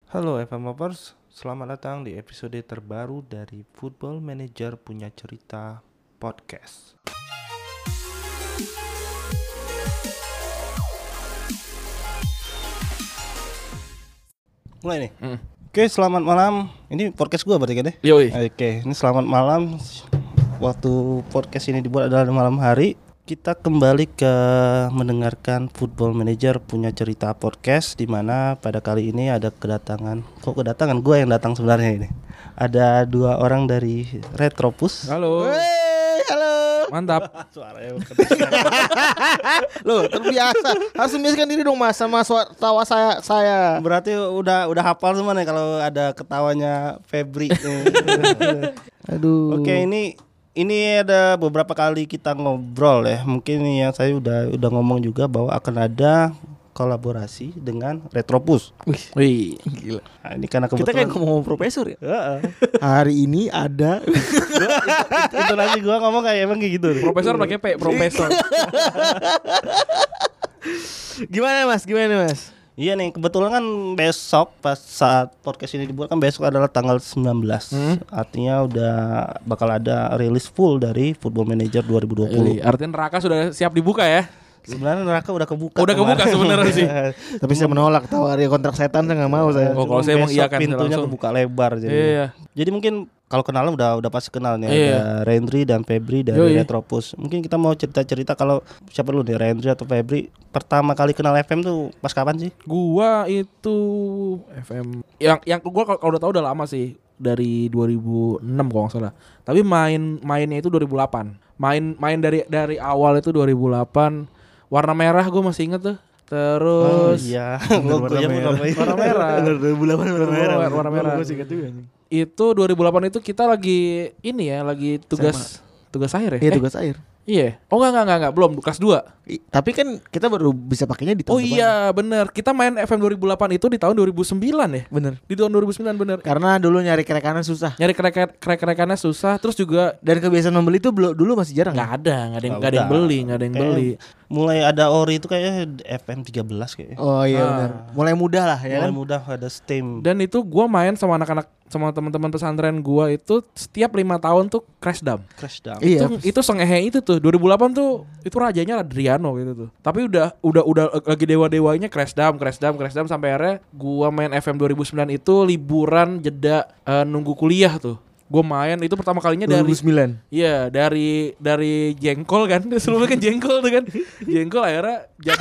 Halo FM Lovers, selamat datang di episode terbaru dari Football Manager Punya Cerita Podcast. Mulai nih. Oke, selamat malam. Ini podcast gue berarti kan ya? Yoi. Oke, ini selamat malam. Waktu podcast ini dibuat adalah malam hari. Kita kembali ke mendengarkan Football Manager Punya Cerita Podcast, di mana pada kali ini ada kedatangan. Kok kedatangan? Gue yang datang sebenarnya ini. Ada dua orang dari Retropus. Halo. Wey, halo. Mantap. Suaranya Loh, terbiasa. Harus membiasakan diri dong Mas sama tawa saya. berarti udah hafal semua nih kalau ada ketawanya Febri. Aduh. Oke, ini ada beberapa kali kita ngobrol ya. Mungkin yang saya udah ngomong juga bahwa akan ada kolaborasi dengan Retropus. Wih, gila. Nah, ini karena Kita kebetulan kayak ngomong profesor ya. Heeh. Hari ini ada Itu nanti gua ngomong kayak emang kayak gitu. Profesor pakai P, profesor. Gimana Mas? Iya nih, kebetulan kan besok pas saat podcast ini dibuat kan besok adalah tanggal 19. Artinya udah bakal ada rilis full dari Football Manager 2020. Artinya neraka sudah siap dibuka ya. Sebenarnya neraka udah kebuka. Udah kebuka kemarin. sebenarnya sih. Tapi saya menolak tawari kontrak setan, saya enggak mau saya. Oh, kalau saya Besok mengiyakan pintunya langsung. kebuka lebar jadi. Iya. Jadi mungkin kalau kenalan udah pasti kenal nih. Iya. Ada Rendri dan Febri dari Yoi. Retropus. Mungkin kita mau cerita-cerita kalau siapa dulu nih, Rendri atau Febri, pertama kali kenal FM tuh pas kapan sih? Gua itu FM yang gua kalau udah tahu udah lama sih, dari 2006 kalau nggak salah. Tapi mainnya itu 2008. Main dari awal itu 2008. Warna merah gue masih inget tuh. Terus iya. Logonya warna merah. 2008 Warna merah. Gue ingat juga nih. Itu 2008 itu kita lagi ini ya, lagi tugas akhir ya? Iya, tugas air. Iya. Oh enggak, belum, kelas 2. Tapi kan kita baru bisa pakainya di tahun Oh depan. iya, bener. Kita main FM 2008 itu di tahun 2009 ya? Bener. Di tahun 2009 bener. Karena dulu nyari kerekanan susah. Nyari krek-krekannya susah, terus juga Dan kebiasaan membeli itu dulu masih jarang. nggak ada yang Udah. beli, nggak ada yang Kayak beli. Mulai ada ori itu kayaknya FM 13 kayaknya. Oh iya benar. Mulai mudah lah ya Mulai kan. mudah ada Steam. Dan itu gua main sama anak-anak, sama teman-teman pesantren gua itu setiap 5 tahun tuh Crash Dump. Crash down. Iya. Itu sengehe itu tuh 2008 tuh itu rajanya Adriano gitu tuh. Tapi udah lagi dewa-dewanya Crash Dump sampai akhirnya gua main FM 2009 itu liburan jeda nunggu kuliah tuh. Gua main itu pertama kalinya dari 2009. iya dari jengkol kan. Sebelumnya kan jengkol tuh kan. Jengkol akhirnya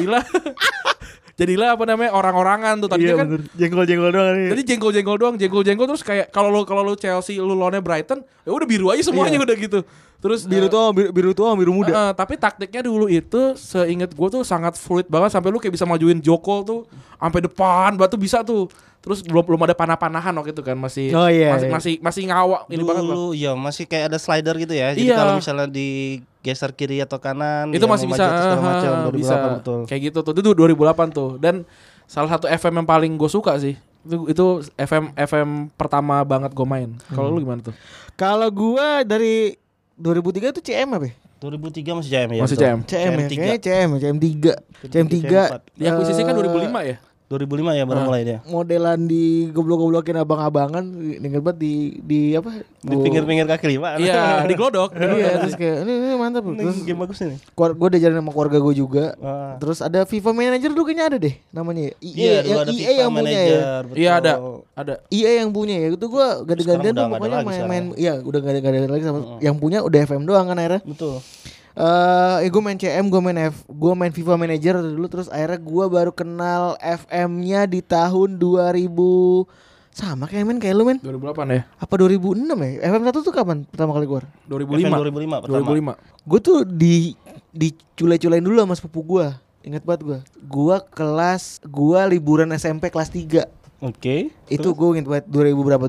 jadilah apa namanya orang-orangan tuh tadinya kan. Jengkol doang nih. Tadi jengkol jengkol terus kayak kalau lu Chelsea lu lawannya Brighton ya udah biru aja semuanya udah gitu. Terus biru muda. tapi taktiknya dulu itu seinget gue tuh sangat fluid banget, sampai lu kayak bisa majuin Joko tuh sampai depan batu bisa tuh. Terus belum ada panah-panahan waktu itu kan, masih Oh, iya, masih ngawak ini banget Bang. Dulu ya masih kayak ada slider gitu ya. Jadi Iya. kalau misalnya digeser kiri atau kanan Itu ya masih mau bisa maju atau segala macam. 2008 bisa betul. kayak gitu tuh. Itu 2008 tuh. Dan salah satu FM yang paling gue suka sih itu FM pertama banget gue main. Kalau lu gimana tuh? Kalau gua dari 2003 itu CM apa ya? 2003 masih CM ya. Masih betul. CM. CM ya, 3. kayaknya CM3. CM3 Diakuisisi kan 2005 ya? 2005 ya baru mulai dia. modelan di goblok-goblokin abang-abangan, inget banget di apa? Di pinggir-pinggir kaki lima. Iya, diglodok. Iya, terus kayak ini mantap. Ini Terus game bagus ini. gue diajarin sama keluarga gue juga. Wah. Terus ada FIFA Manager dulu kayaknya ada deh namanya. Iya, dulu yang ada EA FIFA yang punya ya. Manager. betul. Iya ada. EA yang punya ya. Itu gue ganti-gantian Sekarang tuh udah nggak ada pokoknya lagi main-main. Iya, udah gak ada lagi sama. Yang punya udah FM doang kan akhirnya. Betul. Gue main CM, gue main FIFA Manager dulu. Terus akhirnya gue baru kenal FM-nya di tahun 2000. Sama kayak men, kayak lu men. 2008 ya? Apa 2006 ya? FM 1 tuh kapan pertama kali keluar? 2005. FM 2005 pertama. 2005. Gue tuh dicule-culein dulu sama sepupu gue. Ingat banget gue. Gue liburan SMP kelas 3. Oke. Itu gue inget banget 2000 berapa?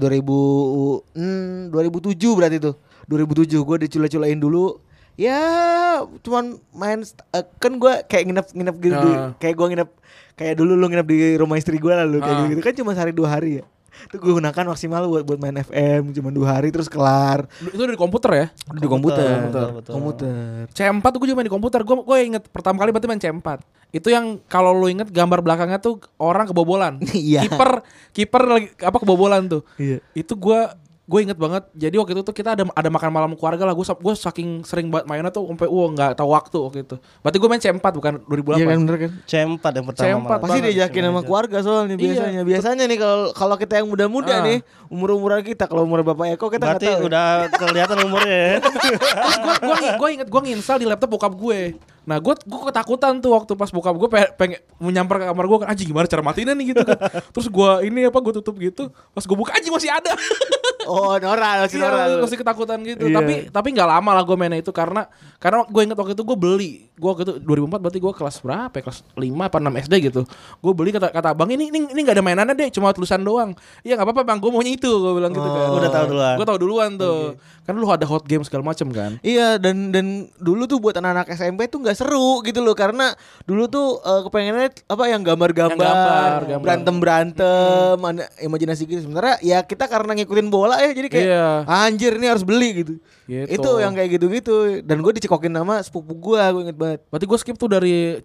2007 berarti tuh. 2007 gue dicule-culein dulu. Ya cuman main kan gue kayak nginep gitu. Kayak gue nginep kayak dulu lu nginep di rumah istri gue lalu kayak gitu kan cuma sehari 2 hari ya. Itu gue gunakan maksimal buat main FM cuma 2 hari terus kelar. Itu dari komputer ya? Di komputer. betul. Komputer. C4 tuh gue juga main di komputer. Gue inget pertama kali berarti main C4. Itu yang kalau lu inget gambar belakangnya tuh orang kebobolan. Iya. Kiper lagi apa kebobolan tuh. Iya. Itu gue inget banget. Jadi waktu itu tuh kita ada makan malam keluarga lah. Gue saking sering banget mainnya tuh sampai nggak tahu waktu waktu itu. Berarti gue main C4 bukan 2008. Iya kan bener kan? C4 yang pertama. C4 malah. Pasti banget. diajakin sama keluarga soalnya Iya. Biasanya nih kalau kita yang muda-muda nih, umur-umuran kita, kalau umur Bapak Eko kita enggak Berarti tahu. udah kelihatan umurnya ya. Terus gue inget gue nginstal di laptop bokap gue. Nah gue ketakutan tuh waktu pas bokap gue pengen menyamper ke kamar gue kan, anjing gimana cara matiinnya nih gitu kan. Terus gue gue tutup gitu. Pas gue buka anjing masih ada. Oh, Nora, Iya, masih ketakutan gitu. Iya. Tapi nggak lama lah gue mainnya itu karena gue inget waktu itu gue beli. Gue waktu itu 2004 berarti gue kelas berapa ya? Kelas 5 apa 6 SD gitu. Gue beli kata abang ini nggak ada mainannya deh, cuma tulisan doang. Iya nggak apa-apa bang, gue maunya itu. Gue bilang gitu kan. Udah tahu duluan. Gue tahu duluan tuh. Kan lu ada hot game segala macem kan. Iya, dan dulu tuh buat anak-anak SMP tuh nggak seru gitu loh, karena dulu tuh kepengennya apa yang gambar-gambar, Gambar. berantem-berantem, imajinasi gitu. Sementara ya kita karena ngikutin bola ya jadi kayak Iya. anjir ini harus beli gitu. Gitu. Itu yang kayak gitu-gitu. Dan gue dicekokin nama sepupu gue inget banget. Berarti gue skip tuh dari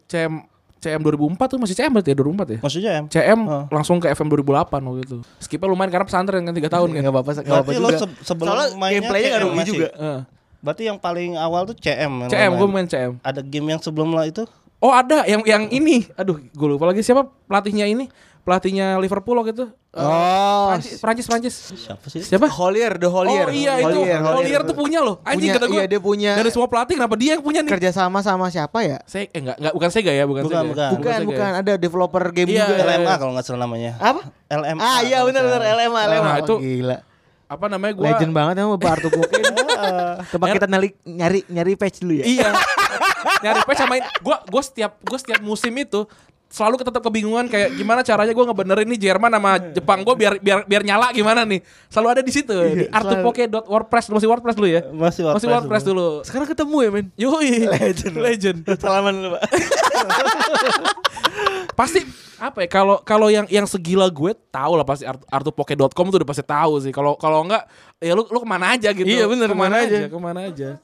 CM 2004 tuh masih CM berarti ya 2004 ya. Maksudnya em. CM Oh. langsung ke FM 2008 waktu itu. Skipnya lumayan karena pesantren kan 3 tahun kan. Nggak apa-apa Berarti lo juga. sebelum Soalnya mainnya gameplaynya nggak CM rugi masih. juga. Berarti yang paling awal tuh CM. yang CM lo gue main. main CM. Ada game yang sebelum lah itu? Oh ada yang ini. Aduh gue lupa lagi siapa pelatihnya ini. Pelatihnya Liverpool waktu itu. Oh, Prancis. Siapa sih? Siapa? Collier, The Collier. Oh iya itu. Collier tuh punya loh. Anjing kata gue. Iya, dia punya. Dari semua pelatih kenapa dia yang punya nih? Kerja sama siapa ya? Enggak bukan Sega ya, bukan Sega. Bukan, ada developer game Iya, juga. LMA kalau nggak salah namanya. Apa? LMA. Ah iya benar LMA. Nah, Oh, itu gila. Apa namanya gue? Legend banget emang Bapak Artu Koke. Tempat kita nyari patch dulu ya. Iya. Nyari patch sama gue setiap musim itu selalu tetap kebingungan kayak gimana caranya gue ngebenerin nih Jerman sama Jepang gue biar nyala gimana nih. Selalu ada di situ di artupoke.wordpress. Masih WordPress dulu ya? Masih WordPress dulu. Sekarang ketemu ya men. Yoi. Legend. Salaman dulu Pak. Pasti apa ya kalau yang segila gue tahu lah pasti artupoke.com tuh udah pasti tahu sih. Kalau enggak ya lu kemana aja gitu. Iya, bener, kemana aja.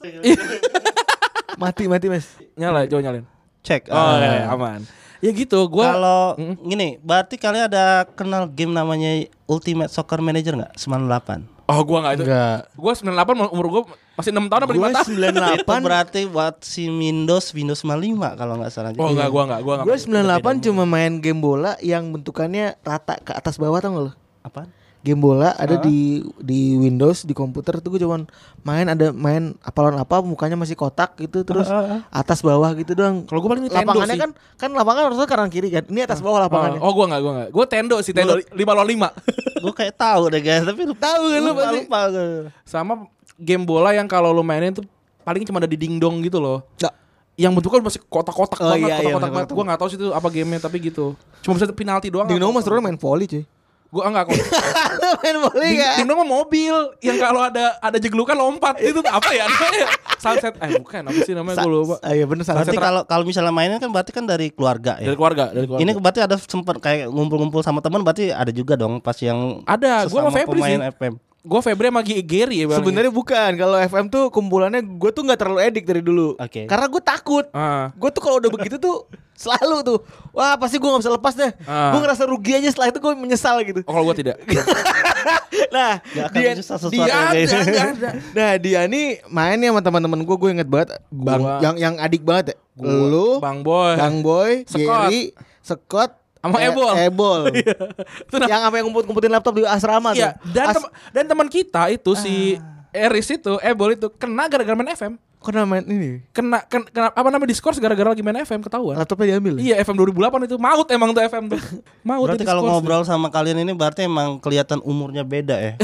Mati Mas. Nyala, coba nyalin. Cek. Oh ya, aman. Ya gitu, gua Kalau gini, berarti kalian ada kenal game namanya Ultimate Soccer Manager nggak? 98. Oh gua enggak itu. Enggak. Gua 98 umur gua masih 6 tahun apa 5 tahun? 98. Itu berarti buat si Windows 95 kalau nggak salah. Oh enggak, gua enggak. Gue 98 cuma main game bola yang bentukannya rata ke atas bawah tau gak lo? Apaan? Game bola ada di Windows di komputer tuh gue cuman main apalan apa mukanya masih kotak gitu terus atas bawah gitu doang. Kalau gua paling Nintendo lapangannya sih. kan lapangan harusnya kanan kiri kan. Ini atas bawah lapangannya. Oh gua enggak. Gua Tendo sih, Tendo 5 lawan 5. Gue kayak tahu deh guys, tapi lupa. Tahu kan lu pasti. Lupa gue. Sama game bola yang kalau lu mainin tuh paling cuma ada di dingdong gitu loh. Nggak. Yang bentuknya masih kotak-kotak Oh, banget, iya, kotak-kotak masih banget. Gua enggak tahu sih itu apa gamenya tapi gitu. Cuma bisa penalti doang. Ding dong atau- mas turun main volley cuy. Gua enggak kok. Main volley kan. Dingdong mah mobil yang kalau ada jeglukan lompat itu tuh apa ya namanya? Sunset bukan apa sih namanya gua lupa. Iya bener Berarti salah. kalau misalnya mainnya kan berarti kan dari keluarga ya. Dari keluarga. Ini berarti ada sempet kayak ngumpul-ngumpul sama teman, berarti ada juga dong pas yang Ada, gua sama sesama Febri pemain sih. FM. Gue Febri sama Gary ya bang. Sebenarnya bukan. Kalau FM tuh kumpulannya gue tuh nggak terlalu edik dari dulu. Oke. Karena gue takut. Gue tuh kalau udah begitu tuh selalu tuh, wah pasti gue nggak bisa lepas deh. Gue ngerasa rugi aja setelah itu gue menyesal gitu. Oh kalau gue tidak. Nah, Gak akan menyesal sesuatu Dia guys. ada. nah dia nih mainnya sama teman-teman gue inget banget. Bang, Gua. yang adik banget ya. Lu, Bang Boy. Bang Boy, Scott. Gary, Scott, Sama Ebol. Ebol. Itu nah, Yang sampai ngumpet-ngumpetin laptop di asrama iya. tuh. Dan teman kita itu si Eris itu, Ebol itu kena gara-gara main FM. Kena main ini. Kena apa namanya diskors gara-gara lagi main FM ketahuan. Laptopnya diambil. Iya FM 2008 itu maut emang tuh FM tuh. Maut. Berarti itu kalau diskors. ngobrol sama kalian ini berarti emang kelihatan umurnya beda ya.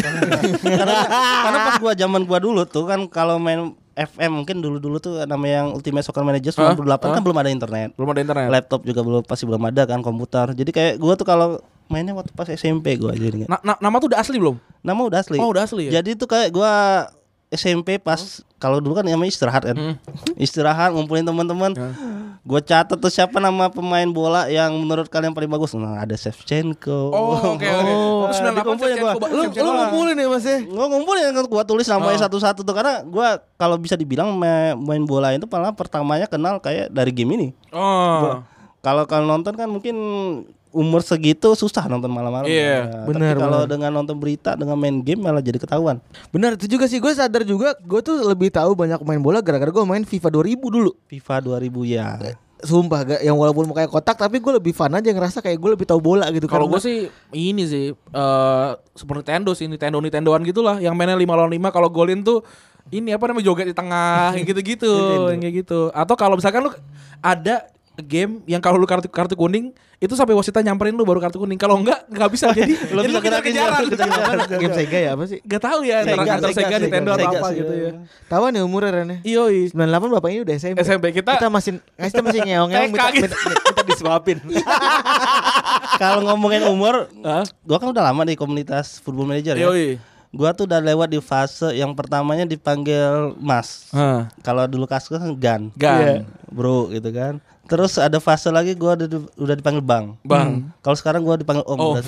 karena pas zaman gua dulu tuh kan kalau main FM mungkin dulu tuh namanya yang Ultimate Soccer Manager 98 kan belum ada internet. Belum ada internet. Laptop juga pasti belum ada kan, komputer. Jadi kayak gua tuh kalau mainnya waktu pas SMP gua jadi. Nama tuh udah asli belum? Nama udah asli. Oh, udah asli ya? Jadi tuh kayak gua SMP pas kalau dulu kan namanya istirahat kan. Istirahat ngumpulin teman-teman. Gue catat tuh siapa nama pemain bola yang menurut kalian paling bagus. Nah, ada Shevchenko. Oh, oke. Oh, 98 dikumpulin gua. Lu ngumpulin ya Mas ya? Gue ngumpulin kan, gue tulis namanya satu-satu tuh karena gue kalau bisa dibilang main bola itu malah pertamanya kenal kayak dari game ini. Oh. Kalau nonton kan mungkin umur segitu susah nonton malam-malam. Iya, benar, Tapi kalau benar. dengan nonton berita, dengan main game malah jadi ketahuan. Benar itu juga sih, gue sadar juga gue tuh lebih tahu banyak main bola gara-gara gue main FIFA 2000 dulu. FIFA 2000 ya. Sumpah gak, yang walaupun kayak kotak tapi gue lebih fun aja, ngerasa kayak gue lebih tahu bola gitu. Kalau gue Karena- sih ini sih Super Nintendo sih, Nintendoan gitulah yang mainnya 5 lawan 5, kalau golin tuh ini apa namanya, joget di tengah yang gitu-gitu, yang kayak gitu. Atau kalau misalkan lu ada game yang kalau lu kartu kuning itu sampai wasitnya nyamperin lu baru kartu kuning. Kalau enggak bisa jadi Lu jadi bisa lu kejar-kejaran. game Sega ya apa sih? Gak tahu ya antara Sega, Nintendo atau apa sih, gitu ya. Tahuan ya umurnya Ren ya? Iya, 98 bapak ini udah SMP. SMP kita masih ngeong-ngeong minta, kaget. minta disuapin. Kalau ngomongin umur, Hah? gua kan udah lama di komunitas Football Manager ya. Yoi. Gua tuh udah lewat di fase yang pertamanya dipanggil Mas. Hah. Kalau dulu kasus kan Gan. Gan. Bro gitu kan. Terus ada fase lagi gua udah dipanggil Bang. Bang. Kalau sekarang gua dipanggil Om. Oh. Udah.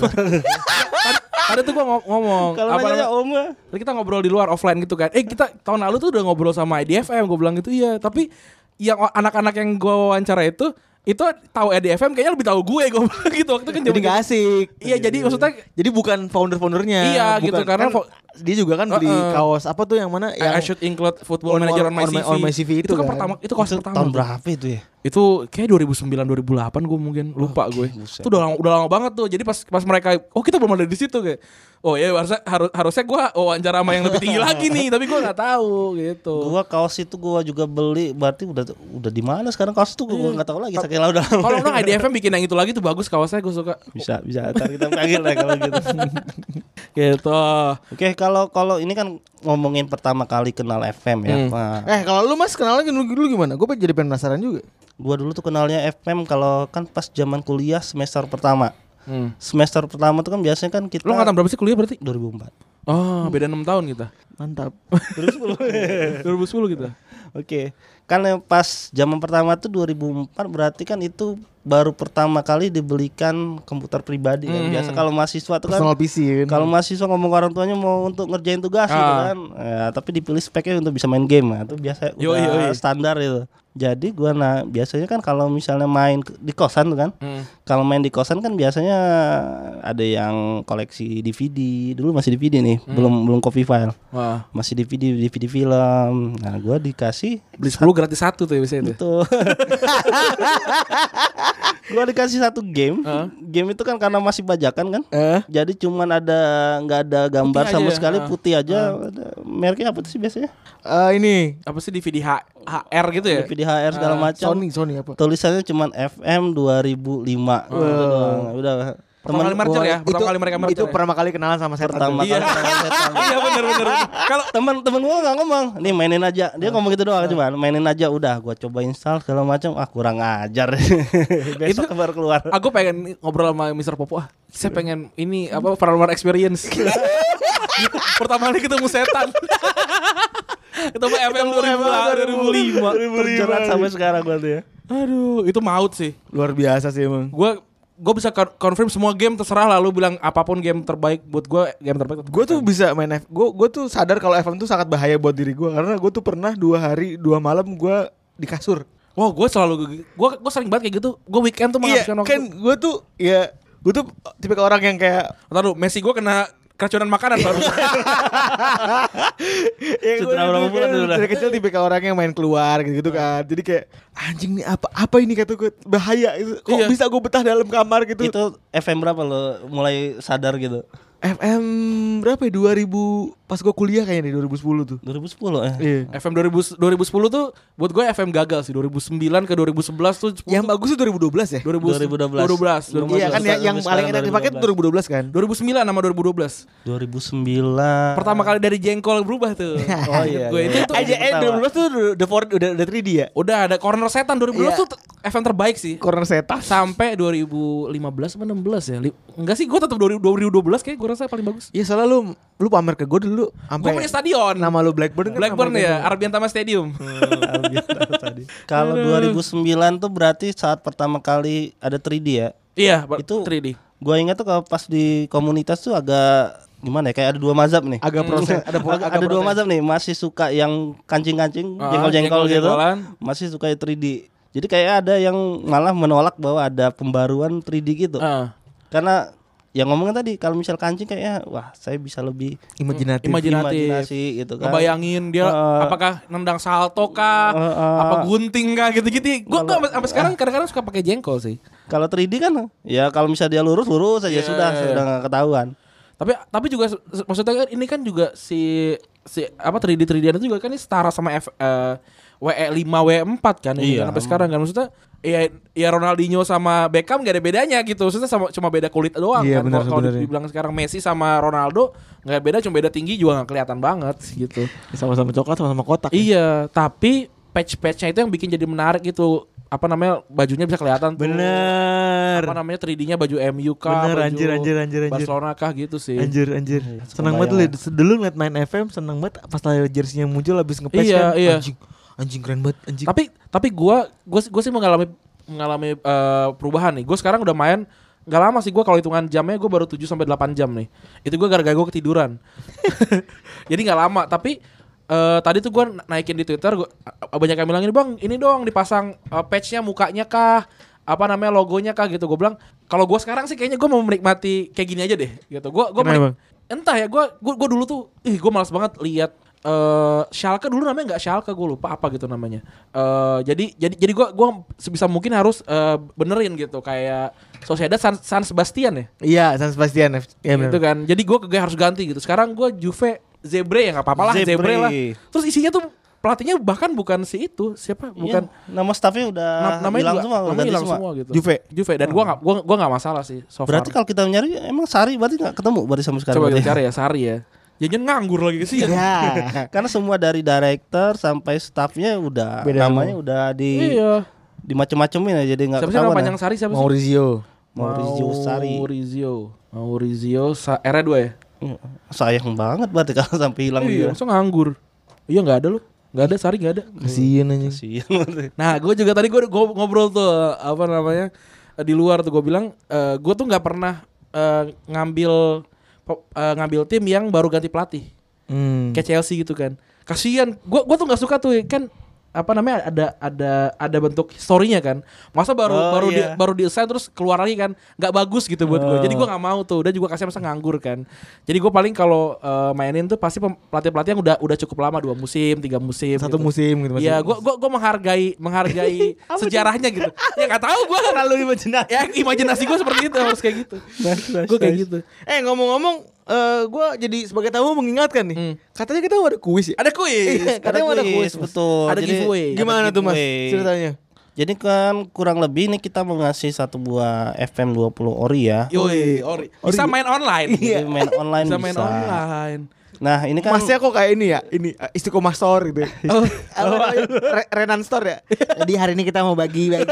Ada tuh gua ngomong Kalau nanya Om mah. Tadi kita ngobrol di luar offline gitu kan. Kita tahun lalu tuh udah ngobrol sama IDFM, gue bilang gitu iya. Tapi yang anak-anak yang gue wawancara itu tahu IDFM kayaknya lebih tahu gue bilang gitu waktu kan. Jadi gak asik. Iya, jadi maksudnya Jadi bukan founder-foundernya. Iya, bukan, gitu, karena kan dia juga kan beli kaos apa tuh yang mana I yang should include Football Manager on my CV. itu kan kan. pertama, itu kaos Itu pertama. tahun tuh. berapa itu ya? Itu kayak 2009 2008 gue mungkin lupa gue. buset. Itu udah lama banget tuh. Jadi pas mereka kita belum ada di situ kayak. Oh iya, harusnya gue wawancara sama yang lebih tinggi lagi nih, tapi gue nggak tahu gitu. Gua kaos itu gua juga beli, berarti udah di mana sekarang kaos itu gua nggak tahu lagi. Saking udah lama. Kalau orang IDFM bikin yang itu lagi tuh bagus kaosnya, gue suka. Bisa ntar kita panggil lah kalau gitu. Gitu. Oke, kalau ini kan ngomongin pertama kali kenal FM ya. Nah, Kalau lu Mas kenalnya dulu gimana? Gue jadi penasaran juga. gua dulu tuh kenalnya FM kalau kan pas zaman kuliah semester pertama. Semester pertama tuh kan biasanya kan kita Lo angkatan berapa sih kuliah berarti? 2004. Oh, beda 6 tahun kita. Mantap. 2010 kita. Oke. Kan yang pas zaman pertama tuh 2004 berarti kan itu baru pertama kali dibelikan komputer pribadi kan. Biasa kalau mahasiswa tuh kan Personal PC kan. kalau mahasiswa ngomong ke orang tuanya mau untuk ngerjain tugas gitu kan. Ya, tapi dipilih speknya untuk bisa main game. Nah, itu biasa udah standar itu. Jadi gua biasanya kan kalau misalnya main di kosan tuh kan. Kalau main di kosan kan biasanya ada yang koleksi DVD. Dulu masih DVD nih, belum copy file. Wah, Masih DVD film. Nah, gua dikasih beli 10 gratis 1 tuh ya biasanya itu. Betul. Gua dikasih satu game. Game itu kan karena masih bajakan kan. Jadi cuman nggak ada gambar Putih sama aja, sekali, putih aja. Ada mereknya apa tuh sih biasanya? Ini Apa sih DVD HR gitu ya? DVD HR segala macam. Sony apa? Tulisannya cuman FM 2005. Udah doang. Udah. Pertama kali merger ya, pertama kali mereka merger. Itu ya? pertama kali kenalan sama setan. Pertama Iya. kali sama setan. Iya benar. Kalau Temen gua nggak ngomong, nih mainin aja. Dia ngomong gitu doang cuman, mainin aja udah. Gua coba install segala macam, kurang ajar. Besok baru keluar. aku pengen ngobrol sama Mr. Popo. Saya pengen ini apa Paranormal Experience. Pertama kali ketemu setan. Ketemu FM 2005. Terjerat sampai sekarang gua tuh ya. Aduh, itu maut sih. Luar biasa sih emang. Gue bisa confirm semua game, terserah lah lu bilang apapun game terbaik buat gue, game terbaik. Gue tuh bisa main gue tuh sadar kalau FM tuh sangat bahaya buat diri gue karena gue tuh pernah 2 hari 2 malam gue di kasur. Wah, gue selalu gue sering banget kayak gitu. Gue weekend tuh Iya menghabiskan waktu. kan gue tuh tipe orang yang kayak Ntar lu, Messi gue kena keracunan makanan baru. Citra berapa bulan dulu dah? dari kecil tipe orang yang main keluar gitu kan. Jadi kayak anjing nih apa ini kata gue bahaya itu. Kok Iya. bisa gue betah dalam kamar gitu. Itu FM berapa lo mulai sadar gitu? FM berapa ya 2000 pas gue kuliah kayaknya nih 2010 tuh. 2010 ya. Iya. FM 2010 tuh buat gue FM gagal sih. 2009 ke 2011 tuh 10 Yang tuh bagus tuh 2012 ya? 2012. Iya kan yang paling enak dipakai tuh 2012 kan? 2009 sama 2012. 2009. Pertama kali dari jengkol berubah tuh. Oh iya. Gue itu Aja 2012 tuh udah 3D ya? udah ada corner setan 2012 Iya. tuh FM terbaik sih. Corner setas. Sampai 2015 atau 16 ya. Enggak sih, gue tetap 2012 kayak gue rasa paling bagus. Iya soalnya lu pamer ke gue dulu Gue sampai punya stadion. nama lu Blackburn kan. Blackburn nama ya, Arbian Tama Stadium. Kalau 2009 tuh berarti saat pertama kali ada 3D ya. Iya, Itu 3D. Gua ingat tuh kalau pas di komunitas tuh agak gimana ya, kayak ada dua mazhab nih. Agak proses, ada dua mazhab nih, masih suka yang kancing-kancing, jengkol-jengkol gitu. jengkol-jengkolan. Masih suka 3D. Jadi kayak ada yang malah menolak bahwa ada pembaruan 3D gitu. Karena yang ngomongnya tadi kalau misal kancing kayaknya wah, saya bisa lebih imajinasi gitu kan. Ngebayangin dia apakah nendang salto kah, apa gunting kah gitu-gitu. Gue sampai sekarang kadang-kadang suka pakai jengkol sih. Kalau 3D kan ya kalau misalnya dia lurus saja sudah nggak ketahuan. Tapi juga maksudnya kan ini kan juga si apa 3D-an itu juga kan ini setara sama WE5 WE4 kan ini kan sampai sekarang kan maksudnya ya Ronaldinho sama Beckham gak ada bedanya gitu. Maksudnya cuma beda kulit doang kan. Kalau dibilang sekarang Messi sama Ronaldo enggak beda, cuma beda tinggi juga enggak kelihatan banget gitu. Sama-sama coklat sama-sama kotak. Iya, tapi patch-patchnya itu yang bikin jadi menarik gitu. Apa namanya, bajunya bisa kelihatan tuh. Bener. Apa namanya 3D-nya baju MU kah, bener, baju anjir. Barcelona kah gitu sih. Anjir. Senang banget dulu ngeliat main FM, senang banget pas jersey-nya muncul habis nge-patch kan. Iya. Anjing keren banget anjing. Tapi gua sih mengalami perubahan nih. Gue sekarang udah main nggak lama sih, gue kalau hitungan jamnya gue baru 7 sampai 8 jam nih. Itu gue gara-gara gue ketiduran. Jadi nggak lama, tapi tadi tuh gue naikin di Twitter, banyak yang bilang ini dong dipasang patchnya mukanya kah, apa namanya logonya kah gitu. Gue bilang kalau gue sekarang sih kayaknya gue mau menikmati kayak gini aja deh gitu. Gue entah ya, gue dulu tuh gue malas banget lihat Schalke dulu namanya nggak Schalke, gue lupa apa gitu namanya. Jadi gue sebisa mungkin harus benerin gitu kayak Sociedad San Sebastian ya. Iya, San Sebastian. Ya, gitu kan. Jadi gue harus ganti gitu. Sekarang gue Juve Zebre ya nggak apa-apa lah, Zebre lah. Terus isinya tuh pelatihnya bahkan bukan si itu, siapa? Bukan nama staffnya udah hilang semua gitu. Juve dan gua nggak masalah sih so far. Berarti kalau kita nyari emang Sari berarti nggak ketemu berarti sampai sekarang. Coba kita cari ya Sari ya. Jangan nganggur lagi sih ya. Karena semua dari director sampai staffnya udah beda namanya semua. Udah di macem-macemin ya, jadi nggak ketahuan. Siapa panjang Sari siapa sih? Maurizio R2 ya. Sayang banget berarti kalau sampai hilang dia. Langsung nganggur. Iya nggak ada loh. Nggak ada, Sari nggak ada. Kasian aja. Nah gue juga tadi gue ngobrol tuh apa namanya di luar tuh, gue bilang gue tuh nggak pernah ngambil tim yang baru ganti pelatih. Kayak Chelsea gitu kan. Kasian. Gue tuh nggak suka tuh kan. Apa namanya ada bentuk historinya kan. Masa baru di-assign terus keluar lagi kan. Gak bagus gitu buat gue. Jadi gue gak mau tuh. Udah juga kasih masa nganggur kan. Jadi gue paling kalau mainin tuh pasti pelatih-pelatih yang udah cukup lama, 2 musim, 3 musim. 1 musim gitu. Iya, gue menghargai sejarahnya gitu. Ya gak tahu gue terlalu imajinasi. Ya imajinasi gue seperti itu, harus kayak gitu. Gue kayak gitu. Ngomong-ngomong, gue jadi sebagai tamu mengingatkan nih. Katanya kita ada kuis ya? Ada kuis. Katanya ada kuis, betul. Ada giveaway. Gimana tuh Mas ceritanya? Jadi kan kurang lebih nih kita mengasih satu buah FM20 Ori ya. Ori. Bisa main online. Jadi main online bisa. Main online. Nah ini kan Masnya kok kayak ini ya, ini Istiqomah Store gitu. Renan Store ya. Jadi hari ini kita mau bagi-bagi.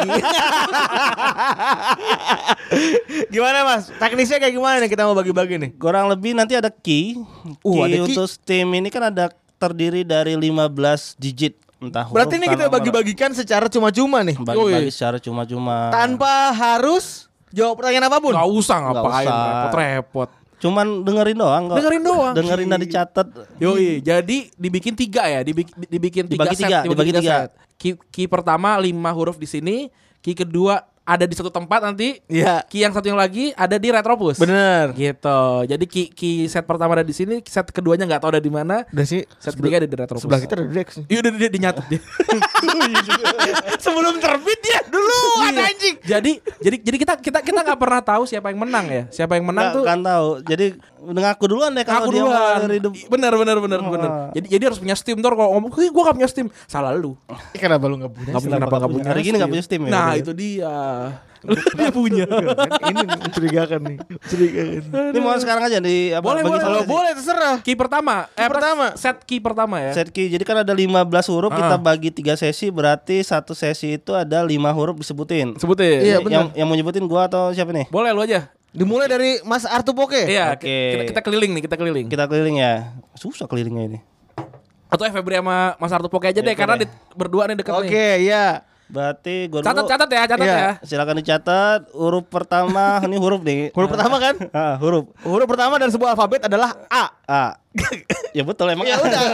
Gimana Mas? Teknisnya kayak gimana nih kita mau bagi-bagi nih? Kurang lebih nanti ada key. Ada key untuk Steam ini kan ada terdiri dari 15 digit. Entah berarti ini kita bagi-bagikan secara cuma-cuma nih. Bagi-bagi secara cuma-cuma. Tanpa harus jawab pertanyaan apapun. Gak usah ngapain, repot-repot. Cuman dengerin doang kok. Dengerin dan dicatat. Yoi, jadi dibikin 3 ya, dibikin 3 set. Dibagi 3. Key pertama 5 huruf di sini, key kedua ada di satu tempat nanti. Iya. Key yang satu yang lagi ada di Retropus. Bener. Gitu. Jadi key set pertama ada di sini, set keduanya nggak tahu ada di mana. Dan sih set ketiga ada di Retropus. Sebelah kita ada Dex. Iya udah dinyatet dia. Sebelum terbit ya dulu ada anjing. Jadi kita nggak pernah tahu siapa yang menang ya. Siapa yang menang tuh kan tahu. Jadi ngaku duluan deh kalau dia dari hidup. Bener. Jadi harus punya Steam tuh. Kalau ngomong, gue gak punya Steam, salah lu. Kenapa lu gak punya? Kenapa gak punya? Hari ini gak punya Steam ya. Nah itu dia. Dia punya. Ini mencurigakan nih. Mencurigakan. Ini mau sekarang aja di apa? Boleh, bagi boleh. satu Kalau sesi. boleh terserah. Key pertama. pertama. Set key pertama ya. Set key. Jadi kan ada 15 huruf, Ah. kita bagi 3 sesi, berarti satu sesi itu ada 5 huruf disebutin. Sebutin. Iya, Yang mau nyebutin gua atau siapa nih? Boleh lu aja. Dimulai dari Mas Artu Poke. Iya, Oke. kita keliling nih, kita keliling. Kita keliling ya. Susah kelilingnya ini. Atau Febri sama Mas Artu Poke aja deh, karena berdua nih deket nih. Oke, iya. Berarti gua dulu. Catat Iya. ya. Silakan dicatat huruf pertama. Ini huruf nih. Huruf pertama kan? Huruf Huruf pertama dari sebuah alfabet adalah A. A. Ya betul emang. Ya A. udah.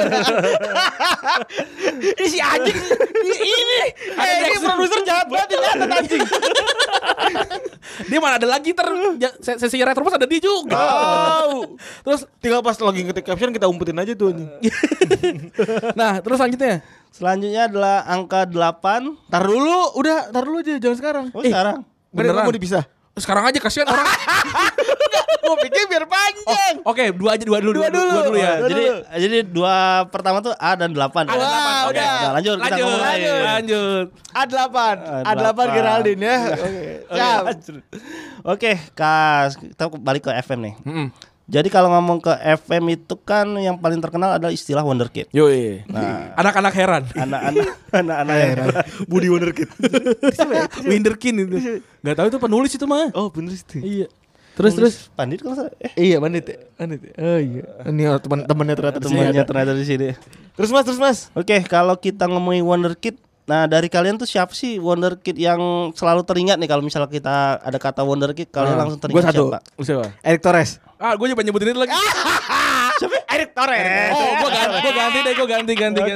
Ini si anjing. Ini. Ini produser jahat banget nyatet anjing. Dia mana ada lagi sesi Retrobus ada dia juga. Oh. Terus Tinggal pas lagi ngetik caption kita umpetin aja tuh anjing. nah, terus selanjutnya. Selanjutnya adalah angka 8. Tar dulu aja, jangan sekarang. Oh, sekarang. Beneran mau dipisah. Sekarang aja kasihan orang. Gua pikir biar panjang. Oke, dua dulu ya. Dua Jadi dua pertama tuh A dan 8. Ada 8. Udah. Nah, lanjut kita ngomong Lanjut. A8 Geraldine ya. Oke. Siap. Oke, Kas, kita balik ke FM nih. Mm-mm. Jadi kalau ngomong ke FM itu kan yang paling terkenal adalah istilah Wonderkid. Yoi. Nah, Anak-anak heran. anak-anak heran. Budi Wonderkid. Winderkin itu. Gak tahu itu penulis itu mah. Oh, bener sih. Iya. Terus. Pandit kalau salah. Iya, Bandit ya. Oh iya. Ini teman-temannya ternyata di sini Temannya ada. ternyata di sini. Terus Mas. Oke, kalau kita ngomongin Wonderkid, nah dari kalian tuh siapa sih Wonderkid yang selalu teringat nih kalau misalnya kita ada kata Wonderkid, kalian langsung Gua teringat satu. siapa? Siapa? Eric Torres. Gue juga nyebutin itu lagi. Siapa? Eric Torres. Oh, gue ganti deh, gue ganti.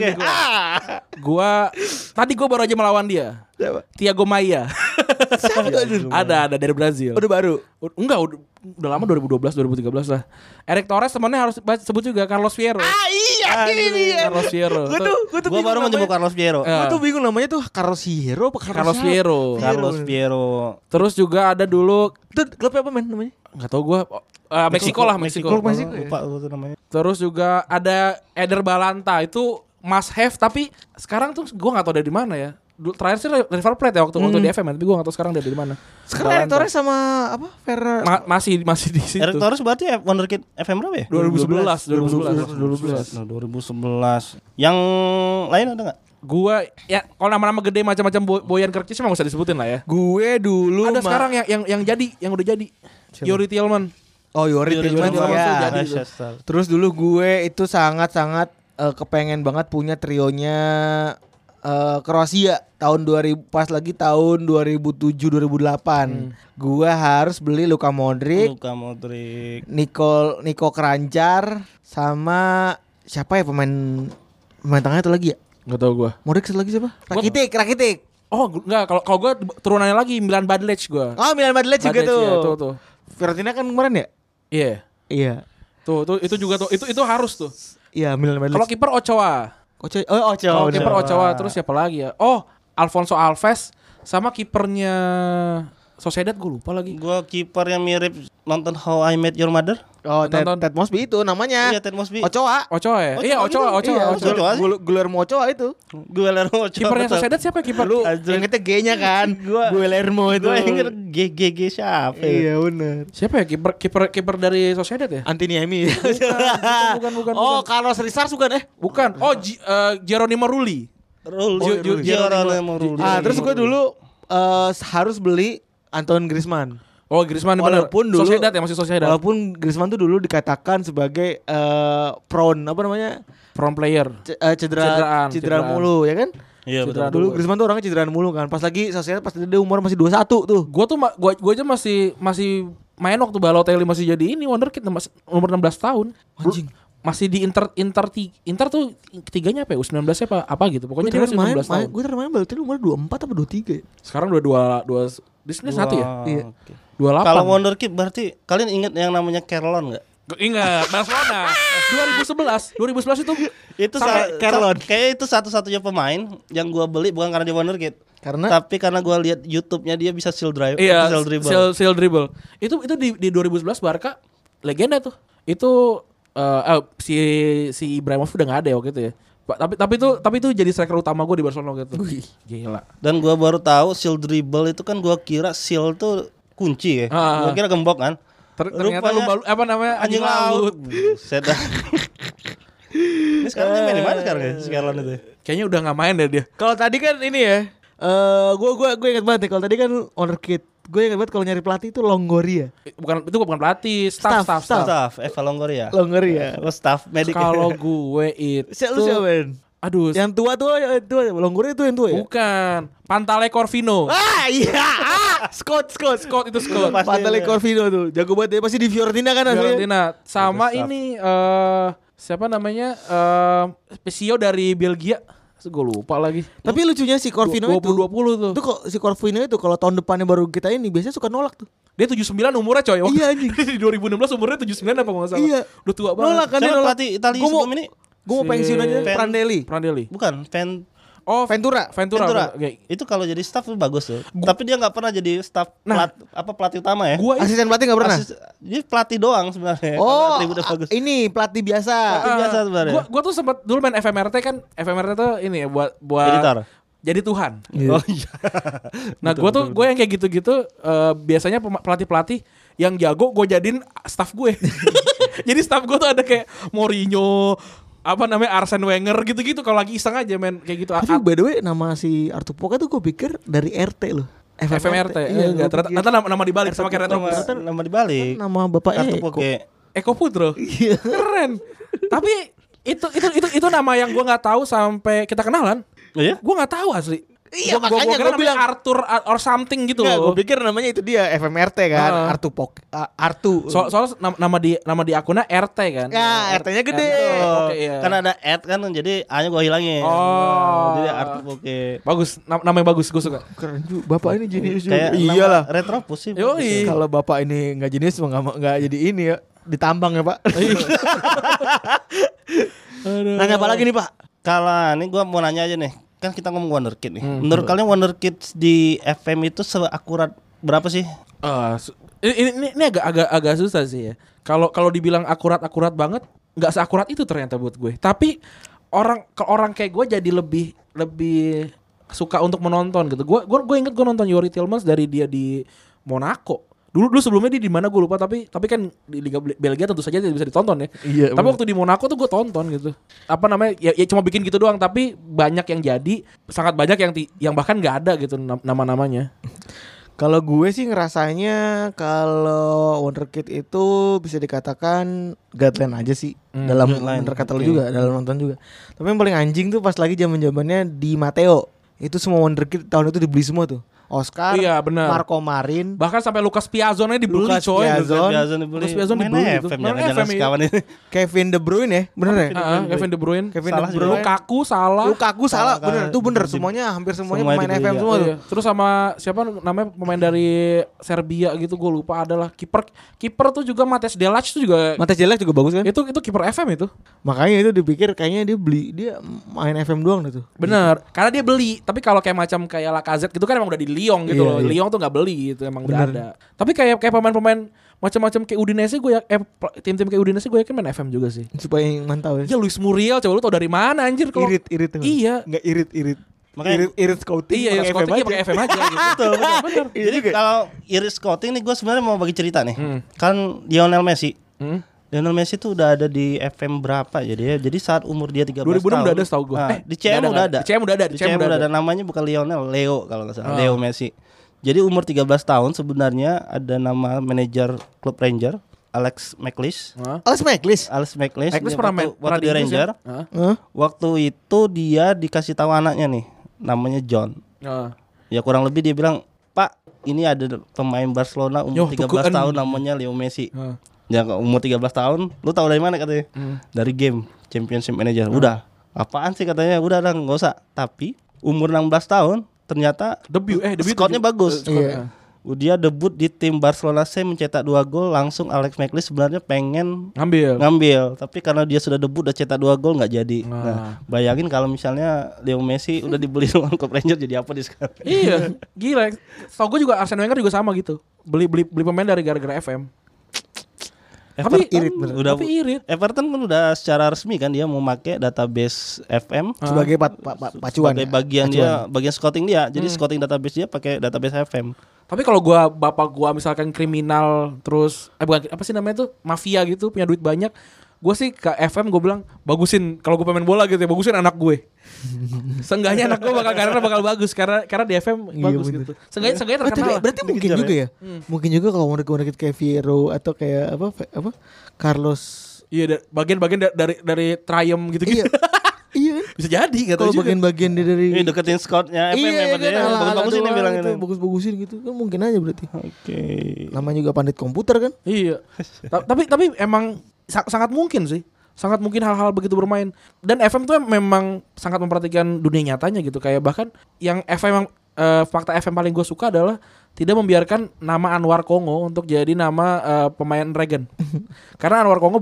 Tadi gue baru aja melawan dia. Siapa? Thiago Maia. Siapa tuh anjir? Ada dari Brazil. Udah baru. Enggak, udah lama 2012, 2013 lah. Eric Torres temannya harus sebut juga Carlos Fierro. Iya, ini dia. Carlos Fierro. Gua tuh Gua baru mau nyebut Carlos Piero. Ya. Gua tuh bingung namanya tuh Carlos Hierro apa Carlos siapa? Fierro. Carlos Piero. Terus juga ada dulu Itu klubnya apa men namanya? nggak tahu gue Meksiko lah Meksiko. Klub Meksiko. Lupa itu namanya. Terus juga ada Eder Balanta itu must have tapi sekarang tuh gue nggak tahu dari mana ya. Terakhir sih River Plate ya waktu di FM tapi gue nggak tahu sekarang dia dari mana. Sekarang Eric Torres sama apa? Ferrer. Masih di situ. Eric Torres berarti Wonderkid FM berapa ya? 2011. Nah, 2011. Yang lain ada nggak? Gua ya kalau nama-nama gede macam-macam Boyan Kerkis mah gak usah disebutin lah ya. Gue dulu Ada sekarang yang jadi, yang udah jadi. Yori Tillman. Oh, Yori Tillman Tillman ya. tuh jadi tuh. Terus dulu gue itu sangat-sangat kepengen banget punya trionya Kroasia tahun 2000 pas lagi tahun 2007 2008. Gua harus beli Luka Modric, Niko Kranjcar sama siapa ya pemain tengahnya itu lagi ya? Enggak tahu gua. Modric satu lagi siapa? Rakitic. Oh, enggak kalau gua turunannya lagi Milan Badlec gua. Oh, Milan Badlec juga Badlec, tuh. iya, tuh. Fiorentina kan kemarin ya? Iya. Iya. Tuh itu juga tuh. Itu harus tuh. Iya, Milan Badlec. Kalau kiper Ochoa. Ochoa. Kalau kiper Ochoa terus siapa lagi ya? Oh, Alfonso Alves sama kipernya Sociedad gue lupa lagi. Gua kiper yang mirip nonton How I Met Your Mother. Oh, Nonton. Ted Mosby itu namanya. Iya, Ted Mosby. Ochoa. Ochoa ya? Iya, Ochoa. Ochoa. Guillermo Ochoa itu. Guillermo Ochoa. Kipernya Sociedad siapa kiper? Lu ingetnya G-nya kan? Guillermo itu. Gua inget GGG siapa? Iya benar. Siapa ya kiper dari Sociedad ya? Antiniemi. Bukan. Oh, Carlos Rizar bukan Bukan. Oh, Geronimo Rulli. Geronimo Rulli. Terus gue dulu harus beli Antoine Griezmann. Oh, Griezmann bener. Walaupun dulu Sociedad ya, masih Sociedad. Walaupun Griezmann tuh dulu dikatakan sebagai prone apa namanya? Front player. Cederaan mulu ya kan? Iya betul. Dulu Griezmann tuh orangnya cederaan mulu kan. Pas lagi Sociedad pas dia umur masih 21 tuh. Gua aja masih main waktu Balotelli masih jadi ini wonderkid umur 16 tahun. Anjing. Masih di Inter tuh ketiganya apa ya? U19 apa gitu. Pokoknya dia masih 16 tahun. Gue terakhir main Balotelli umur 24 apa 23 ya? Sekarang 22 di sini satu ya? Iya. 28. Kalau Wonderkid berarti kalian ingat yang namanya Carlon enggak? Ingat Barcelona 2011 Itu kayak itu satu-satunya pemain yang gua beli bukan karena dia Wonderkid. Tapi karena gua lihat YouTube-nya dia bisa seal drive, iya, seal dribble. Itu di 2011 Barca legenda tuh. Itu si Ibrahimovic udah enggak ada ya waktu itu ya. Tapi itu jadi striker utama gue di Barcelona gitu. Gila. Dan gua baru tahu seal dribble itu kan gua kira seal tuh kunci ya. Gua kira gembok kan. Ternyata apa namanya anjing laut. Buset dah. Ini sekarang dia main di mana sekarang ya? Sekarang itu. Kayaknya udah nggak main deh dia. Kalau tadi kan ini ya, gue ingat banget nih. Kalau tadi kan wonderkid, gue ingat banget kalau nyari pelatih itu Longoria. Bukan pelatih, staff. Staff Eva Longoria. Longoria. Oh, staff medik. Kalau gue itu Lu siapa, Ben? Aduh, Yang tua tuh, Longoria itu yang tua ya? bukan. Pantale Corvino. Iya. Scott. Scott itu Scott. Pasti Pantale dia. Corvino tuh. Jago banget dia pasti di Fiorentina kan aslinya. Fiorentina. Sama Bagus, ini siapa namanya? Pesio dari Belgia. Gue lupa lagi. Tapi lucunya si Corvino itu 20 tuh. Itu kok si Corvino itu kalau tahun depannya baru kita ini biasanya suka nolak tuh. Dia 79 umurnya coy. Iya, anjing. Di 2016 umurnya 79 apa enggak salah. Iya. Udah tua banget. Nolak kan dia Siapa nolak. pelatih Italia Gua mau- sebelum ini? Gue mau pensiun aja Fen- Prandelli. Bukan, Oh, Ventura. Ventura. Oke. Itu kalau jadi staff tuh bagus tuh. Tapi dia nggak pernah jadi staff pelatih utama ya. Gua Asisten pelatih enggak pernah. Dia pelatih doang sebenarnya. Oh, Atributnya bagus. ini pelatih biasa. Pelatih biasa sebenarnya. Gua tuh sempat dulu main FMRT kan. FMRT tuh ini ya buat Editor. jadi Tuhan. Oh iya. Nah, gue yang kayak gitu-gitu biasanya pelatih-pelatih yang jago gue jadiin staff gue. Jadi staff gue tuh ada kayak Mourinho, apa namanya Arsene Wenger gitu-gitu kalau lagi iseng aja main kayak gitu. Tapi by the way nama si Arthur Poka tuh gue pikir dari RT loh. FMRT. Iya, Enggak, ternyata nama dibalik sama kayak Retro. Nama dibalik. Nama bapak Kartu Eko. Poke. Eko Putro. Iya. Keren. Tapi itu nama yang gue nggak tahu sampai kita kenalan. Oh iya? Gue nggak tahu asli. Iya, Gua makanya kira gua namanya bilang Arthur or something gitu Enggak, loh. gue pikir namanya itu dia FMRT kan, Artu Pok, Artu. Soalnya nama di akunnya RT kan. Ya, RT-nya gede. Oh, Oke, iya. kan ada ad kan jadi A-nya gua hilangin. Oh. Jadi Artu Poke. Bagus, namanya bagus, gue suka. Keren juga. Bapak ini jenius juga. Kayak Iyalah. nama Retropus sih. Yoi. Kalau bapak ini nggak jenius nggak jadi ini ya, ditambang ya Pak. Nanya apa lagi nih Pak? Kalau ini gua mau nanya aja nih. Kan kita ngomong wonderkid nih. Menurut kalian wonderkid di FM itu seakurat berapa sih? Ini agak susah sih ya. Kalau dibilang akurat banget, nggak seakurat itu ternyata buat gue. Tapi orang kayak gue jadi lebih suka untuk menonton gitu. Gue inget gue nonton Yori Tillmans dari dia di Monaco. Dulu sebelumnya dia di mana gue lupa, tapi kan di Liga Belgia tentu saja tidak bisa ditonton ya. Iya, Tapi waktu di Monaco tuh gue tonton gitu. Apa namanya? Ya cuma bikin gitu doang, tapi banyak yang jadi, sangat banyak yang bahkan nggak ada gitu nama-namanya. Kalau gue sih ngerasanya kalau wonderkid itu bisa dikatakan guideline aja sih dalam Guideline, bener kata lu oke. juga, dalam nonton juga. Tapi yang paling anjing tuh pas lagi zaman-zamannya di Matteo. Itu semua wonderkid tahun itu dibeli semua tuh. Oscar, Iya, benar. Marco Marin, Bahkan sampai Lucas Piazonnya dibeli Lucas coy. Piazon. dibeli. Lucas Piazon Main dibeli FM itu. Main jangan-jangan FM, iya. sekawan ini. Kevin De Bruyne ya, bener ya? Kevin De Bruyne. Kevin Salah De Bruyne, Lukaku salah. Lukaku salah, Salah, bener. kan. Itu bener, semuanya hampir semuanya Semuanya pemain dibeli, FM ya. semua tuh. Iya. Terus sama siapa namanya pemain dari Serbia gitu gue lupa adalah kiper tuh juga Mates Delac tuh juga Mates Jelek juga bagus kan? itu kiper FM itu. Makanya itu dipikir kayaknya dia main FM doang tuh. Bener, karena dia beli. Tapi kalau kayak macam kayak Lacazette gitu kan emang udah di Lyon gitu Iya, loh. iya. Lyon tuh nggak beli gitu, emang udah Bener. ada. Tapi kayak pemain-pemain macam-macam kayak Udinese gue tim-tim kayak Udinese gue yakin main FM juga sih. Supaya mantau ya. Ya Luis Muriel coba lu tau dari mana anjir kalau Irit tuh. Iya. Enggak irit. Makanya- Irit scouting. Iya, pakai scouting FM pakai FM aja gitu. Betul, betul. Bener. Iya Jadi juga. kalau iris scouting nih gue sebenarnya mau bagi cerita nih. Kan Lionel Messi. Lionel Messi tuh udah ada di FM berapa jadi ya? Jadi saat umur dia 13 2006 tahun. udah ada setahu gua. Nah, di CM udah ada. Di CM udah ada. Di CM udah ada. Namanya bukan Lionel, Leo kalau nggak salah. Leo Messi. Jadi umur 13 tahun sebenarnya ada nama manajer klub Ranger, Alex McLeish. Alex McLeish. Alex McLeish. Eklis dia pernah waktu di Inggris Ranger. ya? Hah? Hah? Waktu itu dia dikasih tahu anaknya nih, namanya John. Ya kurang lebih dia bilang, "Pak, ini ada pemain Barcelona umur Yoh, 13 tukeran. tahun namanya Leo Messi." Ya umur 13 tahun, lu tahu dari mana katanya? Dari game Championship Manager. Udah. Apaan sih katanya? Udah lah, enggak usah. Tapi umur 16 tahun ternyata Debut scoutnya bagus. Iya. Dia debut di tim Barcelona C mencetak 2 gol, langsung Alex McLeish sebenarnya pengen ngambil, tapi karena dia sudah debut udah cetak 2 gol nggak jadi. Nah, bayangin kalau misalnya Leo Messi udah dibeli sama klub Ranger jadi apa di sekarang? Iya, gila. Tau gue juga Arsene Wenger juga sama gitu. Beli pemain dari gara-gara FM. Tapi irit bener. Udah tapi irit. Everton kan udah secara resmi kan dia mau pakai database FM Sebagai pacuan. sebagai ya? bagian Pacuan. bagian scouting dia. Jadi scouting database dia pakai database FM. Tapi kalau bapak gua misalkan kriminal terus bukan apa sih namanya tuh mafia gitu punya duit banyak, gua sih ke FM gua bilang bagusin kalau gua pemain bola gitu ya bagusin anak gue. Seenggaknya anak gua bakal bagus karena di FM Iya, bagus bener. gitu. Seenggaknya Tapi terkenal. berarti mungkin juga ya. Mungkin juga kalau murid-murid kayak Viro atau kayak apa Carlos. Iya bagian-bagian dari Triumph gitu-gitu. Iya. Iya kan? Bisa jadi enggak tahu Kalau juga. bagian-bagian dia dari Ini deketin scoutnya FM iya ya, kan, dia bagus-bagusin dia bilang itu ini. bagus-bagusin gitu kan mungkin aja berarti. Oke. Namanya juga pandit komputer kan. Iya. Tapi emang sangat mungkin sih. Sangat mungkin hal-hal begitu bermain. Dan FM tuh memang sangat memperhatikan dunia nyatanya gitu. Kayak bahkan yang FM fakta FM paling gue suka adalah tidak membiarkan nama Anwar Kongo untuk jadi nama pemain Regen. Karena Anwar Kongo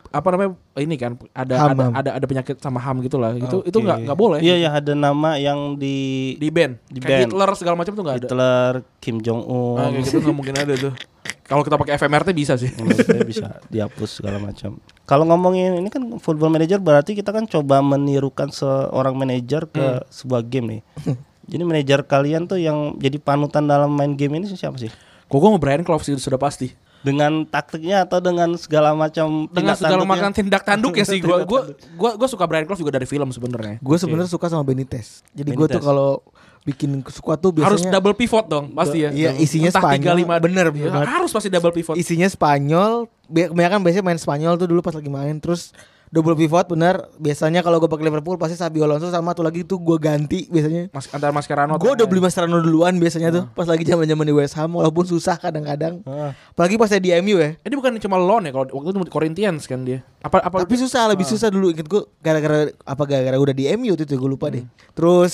ini kan Ham. ada penyakit sama HAM gitu lah. Itu Oke. nggak boleh. Iya ya ada nama yang di Di Di kayak ban. Hitler segala macam tuh nggak ada. Hitler, Kim Jong Un. Kayak gitu nggak mungkin ada tuh. Kalau kita pakai FMRT bisa sih. Saya bisa dihapus segala macam. Kalau ngomongin ini kan football manager berarti kita kan coba menirukan seorang manajer ke sebuah game nih. Jadi manajer kalian tuh yang jadi panutan dalam main game ini siapa sih? Kok gue Brian Clough sih sudah pasti. Dengan taktiknya atau dengan segala macam Dengan tindak segala tanduknya? macam tindak tanduknya sih gue suka Brian Clough juga dari film sebenarnya. Gue sebenarnya suka sama Benitez. Jadi gue tuh Benitez. kalau bikin squad tuh biasanya Harus double pivot dong pasti ya. Iya, isinya Entah Spanyol. 3-5. Bener Iya, banget. harus pasti double pivot. Isinya Spanyol. Kebanyakan biasanya main Spanyol tuh dulu pas lagi main. Terus double pivot bener. Biasanya kalau gue pakai Liverpool pasti Xabi Alonso sama tuh lagi tuh gue ganti biasanya. Antara Mascherano. Gue udah beli Mascherano duluan biasanya tuh pas lagi zaman-zaman di West Ham walaupun susah kadang-kadang. Apalagi pas saya di MU ya. Ini bukan cuma loan ya kalau waktu itu Corinthians kan dia. Apa Tapi susah, lebih susah dulu inget gue gara-gara udah di MU tuh gue lupa deh. Terus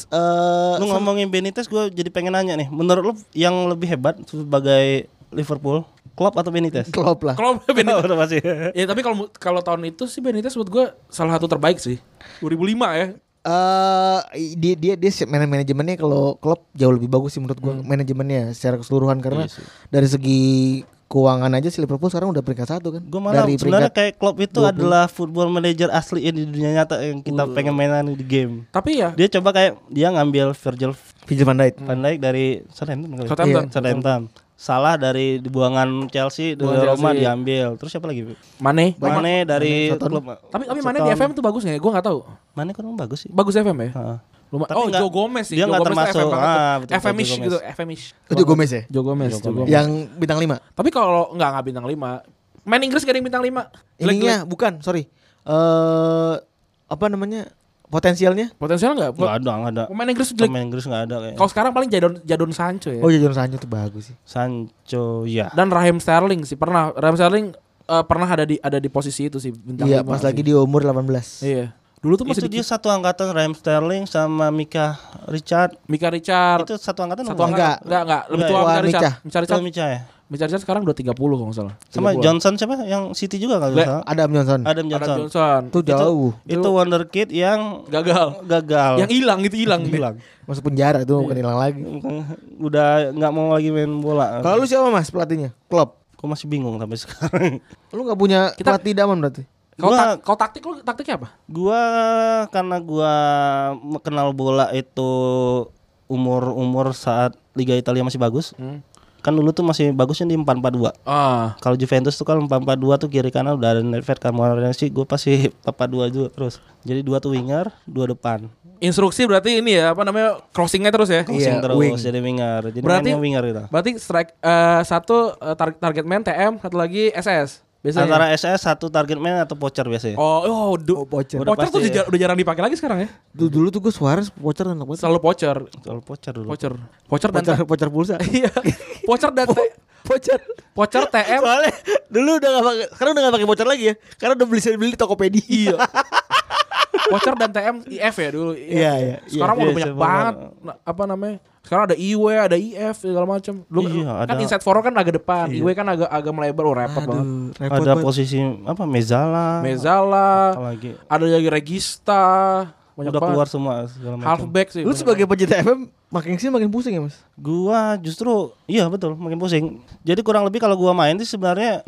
Lu ngomongin Benitez gue jadi pengen nanya nih. Menurut lu yang lebih hebat sebagai Liverpool, Klopp atau Benitez? Klopp lah. kalau Benitez. Udah pasti. Ya tapi kalau tahun itu sih Benitez buat gue salah satu terbaik sih. 2005 ya. Dia manajemennya kalau Klopp jauh lebih bagus sih menurut gua manajemennya secara keseluruhan karena Iya sih. dari segi keuangan aja si Liverpool sekarang udah peringkat 1 kan. Gue malah Dari sebenarnya peringkat kayak Klopp itu 20. adalah football manager asli di dunia nyata yang kita pengen mainan di game. Tapi ya Dia coba kayak dia ngambil Virgil Virgil van Dijk. van Dijk dari Southampton. Southampton. Iya, Southampton. Salah dari dibuangan Chelsea dari Buangan Roma Chelsea. diambil. Terus siapa lagi? Mane. Mane dari Southampton. klub. Tapi Mane di FM tuh bagus nggak ya? Gue nggak tahu. Mane kan bagus sih. Bagus FM ya? Heeh. Lumayan. Tapi Oh, nggak- Joe Gomez sih. dia Joe nggak Gomez tuh termasuk. FM banget. Betul, FM-ish Joe gitu, Gomez. FM-ish. Itu Gomez ya? Joe Gomez. Joe Gomez. Yang bintang 5. Tapi kalau nggak bintang 5. Main Inggris gak ada yang bintang 5. Ininya bukan, sorry. Apa namanya? Potensialnya? Potensial nggak? Nggak ada. Pemain Inggris jelek. Pemain Inggris nggak ada kayaknya. Kalau sekarang paling Jadon Sancho ya. Oh, Jadon Sancho tuh bagus sih. Sancho ya. Dan Raheem Sterling sih pernah. Raheem Sterling pernah ada di posisi itu sih bintang Iya, 5 pas sih. lagi di umur 18. Iya. Dulu tuh masih Itu dia satu angkatan Raheem Sterling sama Mika Richard. Mika Richard. Itu satu angkatan Satu apa? Enggak. Enggak. Lebih Enggak, tua ya. Mika Richard. Mika. Mika Itu Richard. Mika ya. Mika Richard sekarang udah 30 kalau nggak salah. Sama 30. Johnson siapa? Yang City juga kalau nggak salah. Adam Johnson. Adam Adam Johnson. Johnson. Tuh jauh. Itu wonderkid yang Gagal. gagal. Yang hilang itu hilang. Masuk penjara itu bukan hilang lagi. Udah nggak mau lagi main bola. Kalau lu siapa Mas pelatihnya? Klopp. Aku masih bingung sampai sekarang. Lu enggak punya Kita- pelatih idaman berarti? Kau taktik lu taktiknya apa? Gua karena gua kenal bola itu umur saat Liga Italia masih bagus. Kan dulu tuh masih bagusnya di 4-4-2. Kalau Juventus tuh kalau 4-4-2 tuh kiri kanan udah ada Nedved, Camoranesi, gue pasti 4-4-2 juga terus. Jadi 2 tuh winger, 2 depan. Instruksi berarti ini ya apa namanya crossingnya terus ya? Crossing Iya, terus wing. jadi winger. Jadi Berarti- mainnya winger gitu. Berarti strike satu target man TM, satu lagi SS. Biasanya. Antara SS satu target man atau poacher biasanya. Poacher. Udah Poacher tuh pasti. udah jarang dipakai lagi sekarang ya. Dulu tuh gue Suarez poacher enak banget. Selalu poacher. Soal poacher dulu. Poacher dan Poacher pulsa. iya. Poacher dan Poacher. poacher TM. Soalnya dulu udah gak pakai, sekarang udah gak pakai poacher lagi ya. Karena udah beli di Tokopedia. Iya. Poacher dan TM IF ya dulu. Iya, iya. Sekarang Iya, udah banyak semua. banget apa namanya? Sekarang ada IW, ada IF segala macam. Dulu Iya, kan ada- inside forward kan agak depan, IW kan agak melebar, repot banget. repot Ada banget. posisi apa Mezala. Mezala, Apalagi. ada lagi Regista, banyak Udah banget. keluar semua segala macam. Halfback sih. Lu banyak sebagai pecinta FM makin sini makin pusing ya, Mas? Gua justru iya betul makin pusing. Jadi kurang lebih kalau gua main sih sebenarnya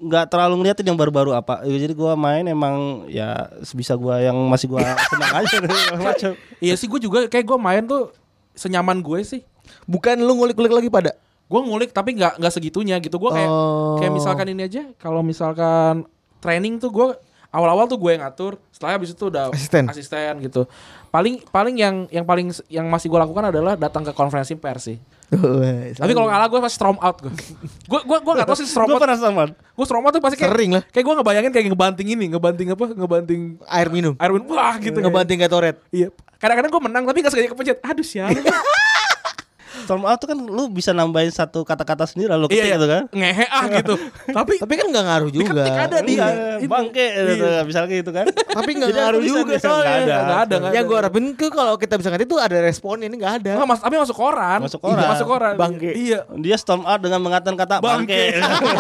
nggak terlalu ngeliatin yang baru-baru apa. Jadi gua main emang ya sebisa gua yang masih gua senang aja macam. Iya sih gue juga kayak gue main tuh senyaman gue sih. Bukan lu ngulik-ngulik lagi pada. Gue ngulik tapi nggak segitunya gitu. Gue kayak misalkan ini aja. Kalau misalkan training tuh gue awal-awal tuh gue yang ngatur. Setelah habis itu udah asisten gitu. Paling yang masih gue lakukan adalah datang ke konferensi pers sih. Tapi kalau kalah gue pasti storm out gue. Gue nggak tahu sih storm out. Gue pernah sama. Gue storm out tuh pasti kayak sering lah. Kayak gue ngebayangin kayak ngebanting Air minum. wah gitu. Ngebanting Gatorade. Iya. Kadang-kadang gue menang tapi nggak sengaja kepencet. Aduh sial. Storm out tuh kan lu bisa nambahin satu kata-kata sendiri lalu ketik gitu kan. Ngehe gitu. Tapi kan nggak ngaruh juga. Ketik ada di bangke gitu, misalnya gitu kan. Tapi nggak Jadi ngaruh tulisan juga dia soalnya. nggak ada. Yang gue harapin kalau kita bisa ngerti tuh ada responnya, ini nggak ada. Enggak, tapi masuk koran. Masuk koran. Bangke. Iya. Dia storm out dengan mengatakan kata bangke.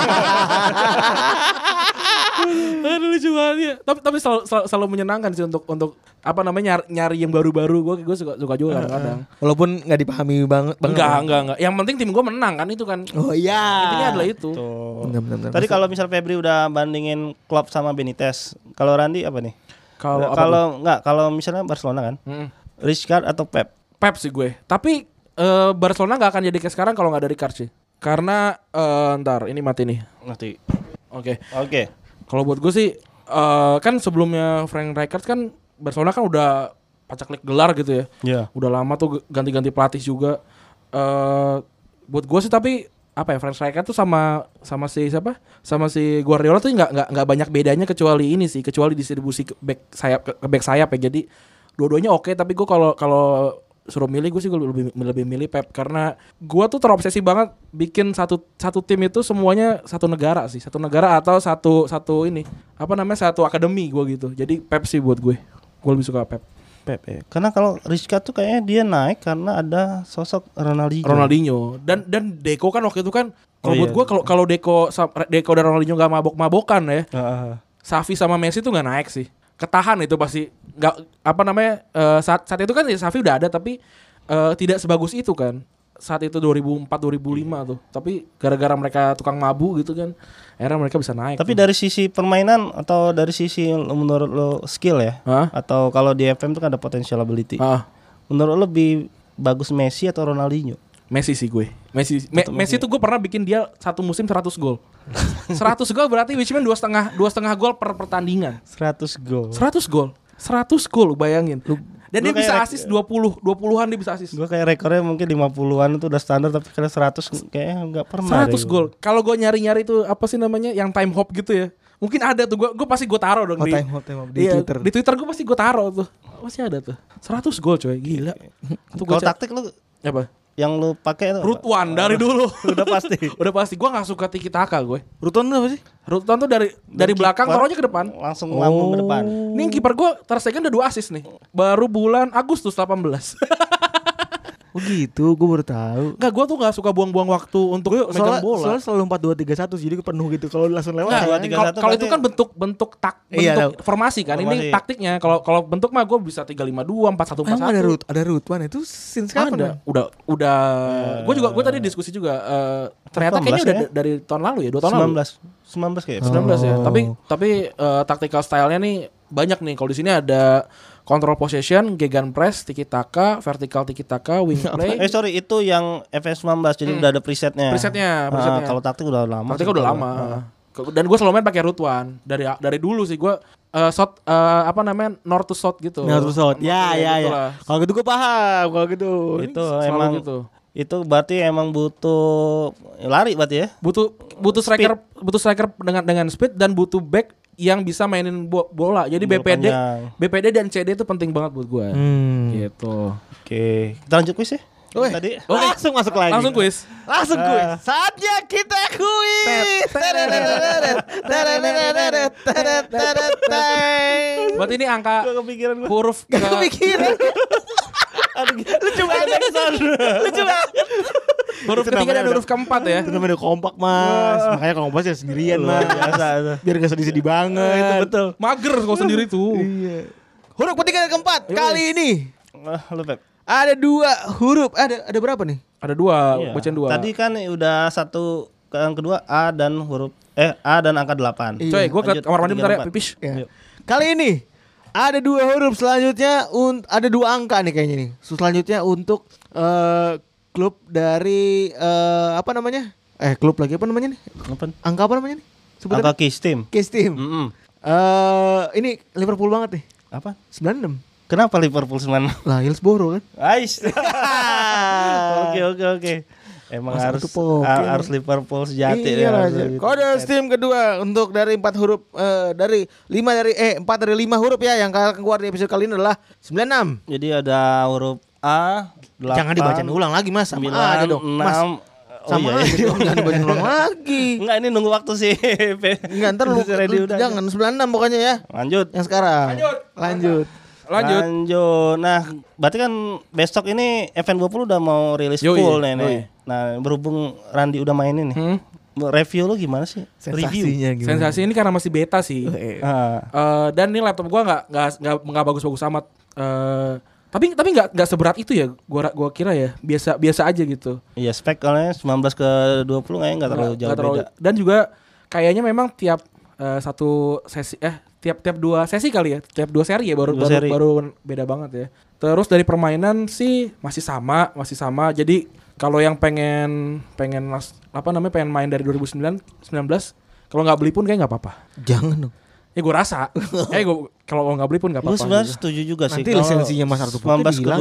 Aduh lucu banget ya. Tapi selalu menyenangkan sih untuk apa namanya nyari yang baru-baru. Gue suka juga kadang-kadang. Walaupun nggak dipahami banget. Enggak. Yang penting tim gue menang kan itu kan. Oh iya. Intinya adalah itu. Benar. Tadi kalau misal Febri udah bandingin Klopp sama Benitez, kalau Randy apa nih? Kalau misalnya Barcelona kan, Rijkaard atau Pep? Pep sih gue. Tapi Barcelona nggak akan jadi kayak sekarang kalau nggak ada Rijkaard sih. Karena ntar ini mati nih. Mati. Oke. Kalau buat gue sih kan sebelumnya Frank Rijkaard kan Barcelona kan udah pacaklik gelar gitu ya. Iya. Udah lama tuh ganti-ganti pelatih juga. Buat gue sih tapi apa ya, Frank Rijkaard tuh sama si siapa? Sama si Guardiola tuh nggak banyak bedanya kecuali ini sih, kecuali distribusi ke back sayap ya. Jadi dua-duanya oke, tapi gue kalau suruh milih gue sih gue lebih milih Pep karena gue tuh terobsesi banget bikin satu tim itu semuanya satu negara atau satu ini apa namanya satu akademi gue gitu. Jadi Pep sih buat gue lebih suka Pep ya. Karena kalau Rijkaard tuh kayaknya dia naik karena ada sosok Ronaldinho dan Deco kan waktu itu kan kalau buat gue kalau Deco dan Ronaldinho nggak mabok-mabokan ya, Xavi sama Messi tuh nggak naik sih. Ketahan itu pasti nggak apa namanya saat itu kan Xavi udah ada tapi tidak sebagus itu kan saat itu 2004 2005 tuh, tapi gara-gara mereka tukang mabu gitu kan akhirnya mereka bisa naik. Tapi dari sisi permainan atau dari sisi menurut lo skill ya, atau kalau di FM tuh kan ada potential ability, menurut lo lebih bagus Messi atau Ronaldinho? Mesi sih gue. Messi tuh gue pernah bikin dia satu musim 100 gol. 100 gol berarti which mean 2,5 gol per pertandingan. 100 gol. 100 gol bayangin. Dan dia bisa asis 20-an dia bisa asis. Gue kayak rekornya mungkin 50-an itu udah standar, tapi karena 100 kayaknya enggak pernah. 100 gol. Kalau gue nyari-nyari itu apa sih namanya yang time hop gitu ya. Mungkin ada tuh gue pasti gue taruh dong time hop di Twitter. Di Twitter gue pasti gue taruh tuh. Masih ada tuh. 100 gol coy, gila. Kalau taktik lu apa? Yang lu pakai itu Root One dari dulu. Udah pasti. Gue nggak suka tiki taka gue. Root One apa sih? Root One tuh dari belakang taruhnya ke depan. Langsung lambung ke depan. Nih kiper gue Ter Stegen udah 2 assist nih. Baru bulan Agustus 18. Oh gitu, gue baru tahu. Enggak, gue tuh gak suka buang-buang waktu untuk megang bola. Soalnya selalu 4-2-3-1 jadi penuh gitu kalau langsung lewat. Kalau itu kan bentuk formasi kan. Ini taktiknya. Kalau bentuk mah gue bisa 3-5-2, 4-1-4-1. Emang ada root one itu since kapan? Udah. Gue tadi diskusi juga. Ternyata kayaknya udah dari tahun lalu ya, 2 tahun lalu. 19 kayak. 19 ya. Tapi tactical style-nya nih banyak nih. Kalau di sini ada control possession, gegenpress, tiki taka, vertical tiki taka, wing play. Sorry, itu yang FM19 jadi udah ada presetnya. Presetnya. Kalau taktik udah lama. Taktik udah lama. Dan gue selalu main pakai root one dari dulu sih gue shot apa namanya north to south gitu. North to south. Ya. Kalau gitu gue paham. Kalau gitu itu emang gitu. Itu berarti emang butuh lari berarti ya? Butuh striker dengan speed dan butuh back yang bisa mainin bola. Jadi BPD dan CD itu penting banget buat gue. Gitu. Oke. Kita lanjut kuis ya? Tadi langsung masuk lagi. Langsung kuis. Saatnya kita kuis. Berarti ini angka huruf kepikiran. Lucu banget. Huruf ketiga dan huruf keempat ya. Itu namanya kompak mas. Makanya kompak ya sendirian mas. Biar gak sedih-sedih banget. Itu betul. Mager kalau sendiri tuh. Iya. Huruf ketiga dan keempat kali ini. Lu Pep. Ada 2 huruf. Ada berapa nih? Ada 2. Bacain 2. Tadi kan udah 1 yang kedua A dan angka 8. Iya. Coy, gue ke Lanjut, kamar mandi 3, bentar ya 4. pipis. Ya. Yuk. Kali ini ada 2 huruf selanjutnya ada 2 angka nih kayaknya nih. Selanjutnya untuk klub dari apa namanya? Klub lagi apa namanya nih? Apa? Angka apa namanya nih? Angka Kiss Team. Case team. Mm-mm. Ini Liverpool banget nih. Apa? 96. Kenapa Liverpool 9? Lah Hillsborough kan. Ais. Oke. Emang Masa harus itu poke. harus Liverpool sejati Iya ya. lah. Harus Kode Steam kedua untuk dari 4 huruf 4 dari 5 huruf ya yang akan keluar di episode kali ini adalah 96. Jadi ada huruf A, 8, Jangan dibacain ulang lagi Mas. Sama 9, aja dong. Mas. 6. Sama aja dong. Jangan dibacain ulang lagi. Enggak, ini nunggu waktu sih. Enggak, ntar lu jangan 96 pokoknya ya. Lanjut. Yang sekarang. Lanjut. Nah, berarti kan besok ini Event 20 udah mau rilis Yoi, full yoi. nih. Nah, berhubung Randi udah mainin nih. Review lu gimana sih? Review. Sensasinya gimana? Sensasi ini karena masih beta sih. Dan ini laptop gua nggak bagus-bagus amat. Tapi nggak seberat itu ya. Gua kira ya biasa aja gitu. Iya, spek kalau 19 ke 20 kayaknya enggak terlalu jauh beda. Dan juga kayaknya memang tiap satu sesi tiap 2 sesi kali ya, tiap 2 seri ya baru beda banget ya. Terus dari permainan sih masih sama. Jadi kalau yang pengen pengen main dari 2019 kalau nggak beli pun kayak nggak apa-apa. Jangan dong. Ya gue rasa. Kalau nggak beli pun nggak Gue apa-apa. sebenarnya gitu. setuju juga sih. Nanti lisensinya Mas Artu 19 ke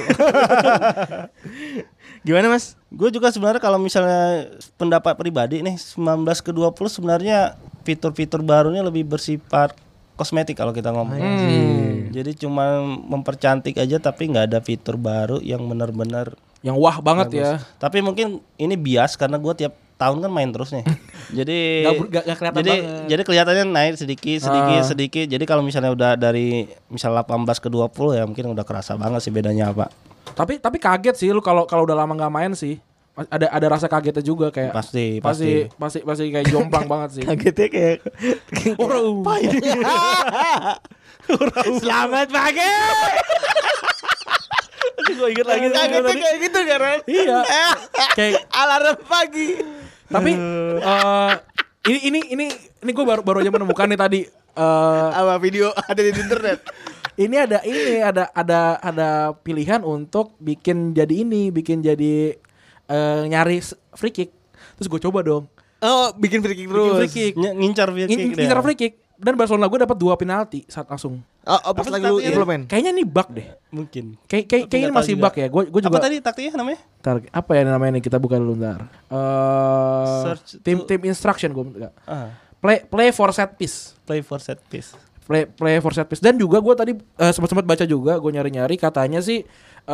20. Gimana Mas? Gue juga sebenarnya kalau misalnya pendapat pribadi nih 19 ke 20 sebenarnya fitur-fitur barunya lebih bersifat kosmetik kalau kita ngomong. Jadi cuma mempercantik aja tapi nggak ada fitur baru yang benar-benar Yang wah banget bagus. ya. Tapi mungkin ini bias karena gue tiap tahun kan main terus nih. Jadi Nggak kelihatan banget. jadi kelihatannya naik sedikit. Jadi kalau misalnya udah dari misal 18 ke 20 ya mungkin udah kerasa banget sih bedanya apa. Tapi kaget sih lu kalau udah lama nggak main sih. Ada rasa kagetnya juga kayak Pasti. kayak jomplang banget sih. Kagetnya kayak Selamat pagi. Gue inget lagi Kagetnya kayak gitu kan? Iya. Kayak Alarm pagi. tapi ini gue baru aja menemukan nih tadi. Apa video ada di internet? Ini ada pilihan untuk bikin jadi nyari free kick. Terus gue coba dong. Oh, bikin free kick terus. Free kick. ngincar free kick. Ngincar free kick. Dan Barcelona gue dapat 2 penalti saat langsung. Oh, pas lagi lu implement. Kayaknya ini bug deh. Mungkin. Kayaknya ini masih bug ya. Gue juga. Apa tadi taktiknya namanya? Ntar, apa ya namanya nih, kita buka dulu ntar. Search Tim instruction gue enggak. Play for set piece. Play for set piece. Play for set piece. Dan juga gue tadi sempat baca juga, gue nyari-nyari katanya sih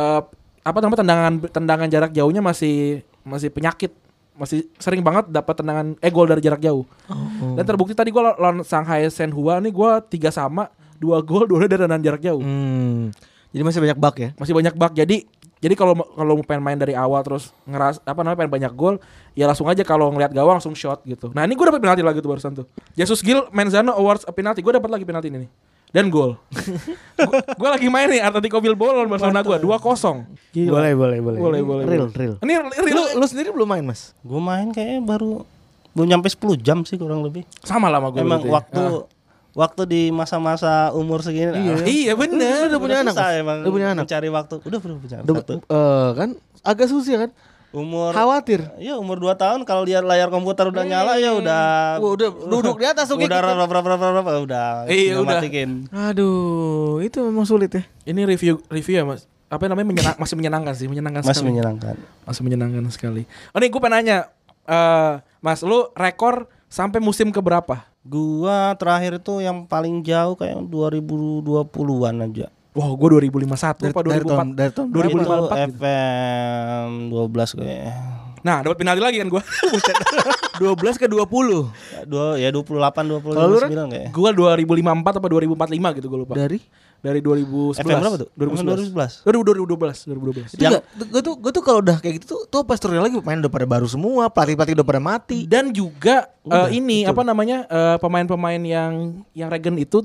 tendangan jarak jauhnya masih penyakit. Masih sering banget dapat tendangan gol dari jarak jauh. Dan terbukti tadi gue lawan Shanghai Shenhua nih gue 3 sama, 2 gol, 2 dari tendangan jarak jauh. Jadi masih banyak bug ya? Masih banyak bug. Jadi kalau mau pengen main dari awal terus pengen banyak gol, ya langsung aja kalau ngelihat gawang langsung shot gitu. Nah, ini gue dapat penalti lagi tuh barusan tuh. Jesus Gil Menzano awards a penalty. Gue dapat lagi penalti ini nih. Dan gol. Gue lagi main nih Atletico Bilbao lawan Barcelona gue 2-0. Boleh. Real. Ini real. Lu sendiri belum main, Mas? Gue main kayaknya belum nyampe 10 jam sih kurang lebih. Sama lama gue. Emang waktu di masa-masa umur segini. Iya bener. Udah punya anak. Susah emang Udah punya anak. mencari waktu. Udah punya anak satu. Kan agak susah kan? Umur Khawatir. Iya, umur 2 tahun kalau lihat layar komputer udah nyala ya udah duduk di atas udah Iya, udah. matikin. Aduh, itu memang sulit ya. Ini review ya Mas. Apa namanya masih menyenangkan sih, Masih menyenangkan. Masih menyenangkan sekali. Oh nih gue pengen nanya, Mas, lu rekor sampai musim keberapa? Gua terakhir itu yang paling jauh kayak 2020-an aja. Wah, gue 2051 apa 2004? Dari tahun 2054 Itu gitu. FM 12 kayaknya. Nah, dapat penalti lagi kan gue. 12 ke 20. 28 29 Kalau lu, Ren? kayaknya. Gue 2054 apa 2045 gitu gue lupa. Dari 2011. FM berapa tuh? 2011. 2012. Gue tuh kalau udah kayak gitu tuh pas turun lagi pemain udah pada baru semua, pelatih udah pada mati. Dan juga pemain-pemain yang regen itu tuh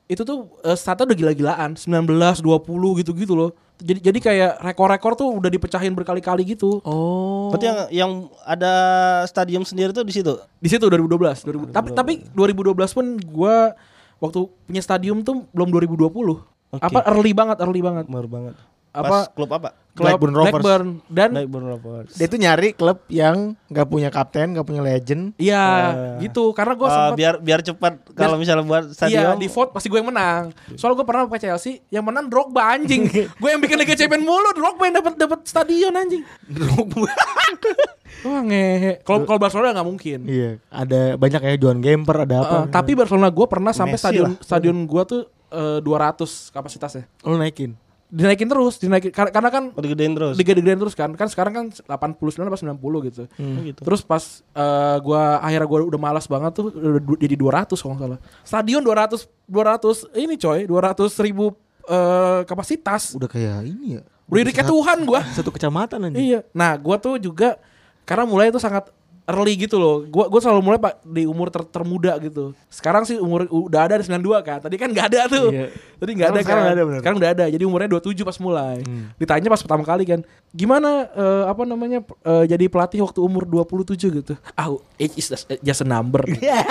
itu tuh statnya udah gila-gilaan 19, 20 gitu-gitu loh. Jadi kayak rekor-rekor tuh udah dipecahin berkali-kali gitu. Oh. Berarti yang ada stadium sendiri tuh di situ. Di situ 2012. Tapi 2012 pun gua waktu punya stadium tuh belum 2020. Oke. Apa early banget. Baru banget. Apa Pas klub apa? Blackburn Rovers. Blackburn dan Blackburn Rovers. Dia tuh nyari klub yang nggak punya kapten, nggak punya legend. iya gitu karena gua sempat biar cepat kalau misalnya buat iya, stadium. di vote pasti gue yang menang. Soalnya gue pernah pakai Chelsea, yang menang Drogba anjing. Gue yang bikin Liga Champions mulu, Drogba yang dapat stadion anjing. Drogba. Wah ngehe. Kalau Barcelona nggak mungkin. Iya. Ada banyak ya Joan Gamper, ada apa? Tapi Barcelona gue pernah sampai Messi lah. stadion gue tuh 200 kapasitasnya. Lu naikin. Dinaikin karena kan Oh, digedein terus. digedein terus kan sekarang kan 89 apa 90 gitu. Gitu. Terus pas akhirnya gua udah malas banget tuh udah jadi 200 kalau nggak salah. Stadion 200 ini coy 200.000 kapasitas. Udah kayak ini ya. Udah kayak Tuhan gua. Satu kecamatan aja. Iya. Nah, gua tuh juga karena mulai itu sangat early gitu loh. Gua selalu mulai di umur termuda gitu. Sekarang sih umur udah ada di 92 kan. Tadi kan enggak ada tuh. Iya. Tadi enggak ada Sekarang kan. ada, bener. Sekarang udah ada. Jadi umurnya 27 pas mulai. Ditanya pas pertama kali kan, "Gimana jadi pelatih waktu umur 27 gitu?" Age is just a number.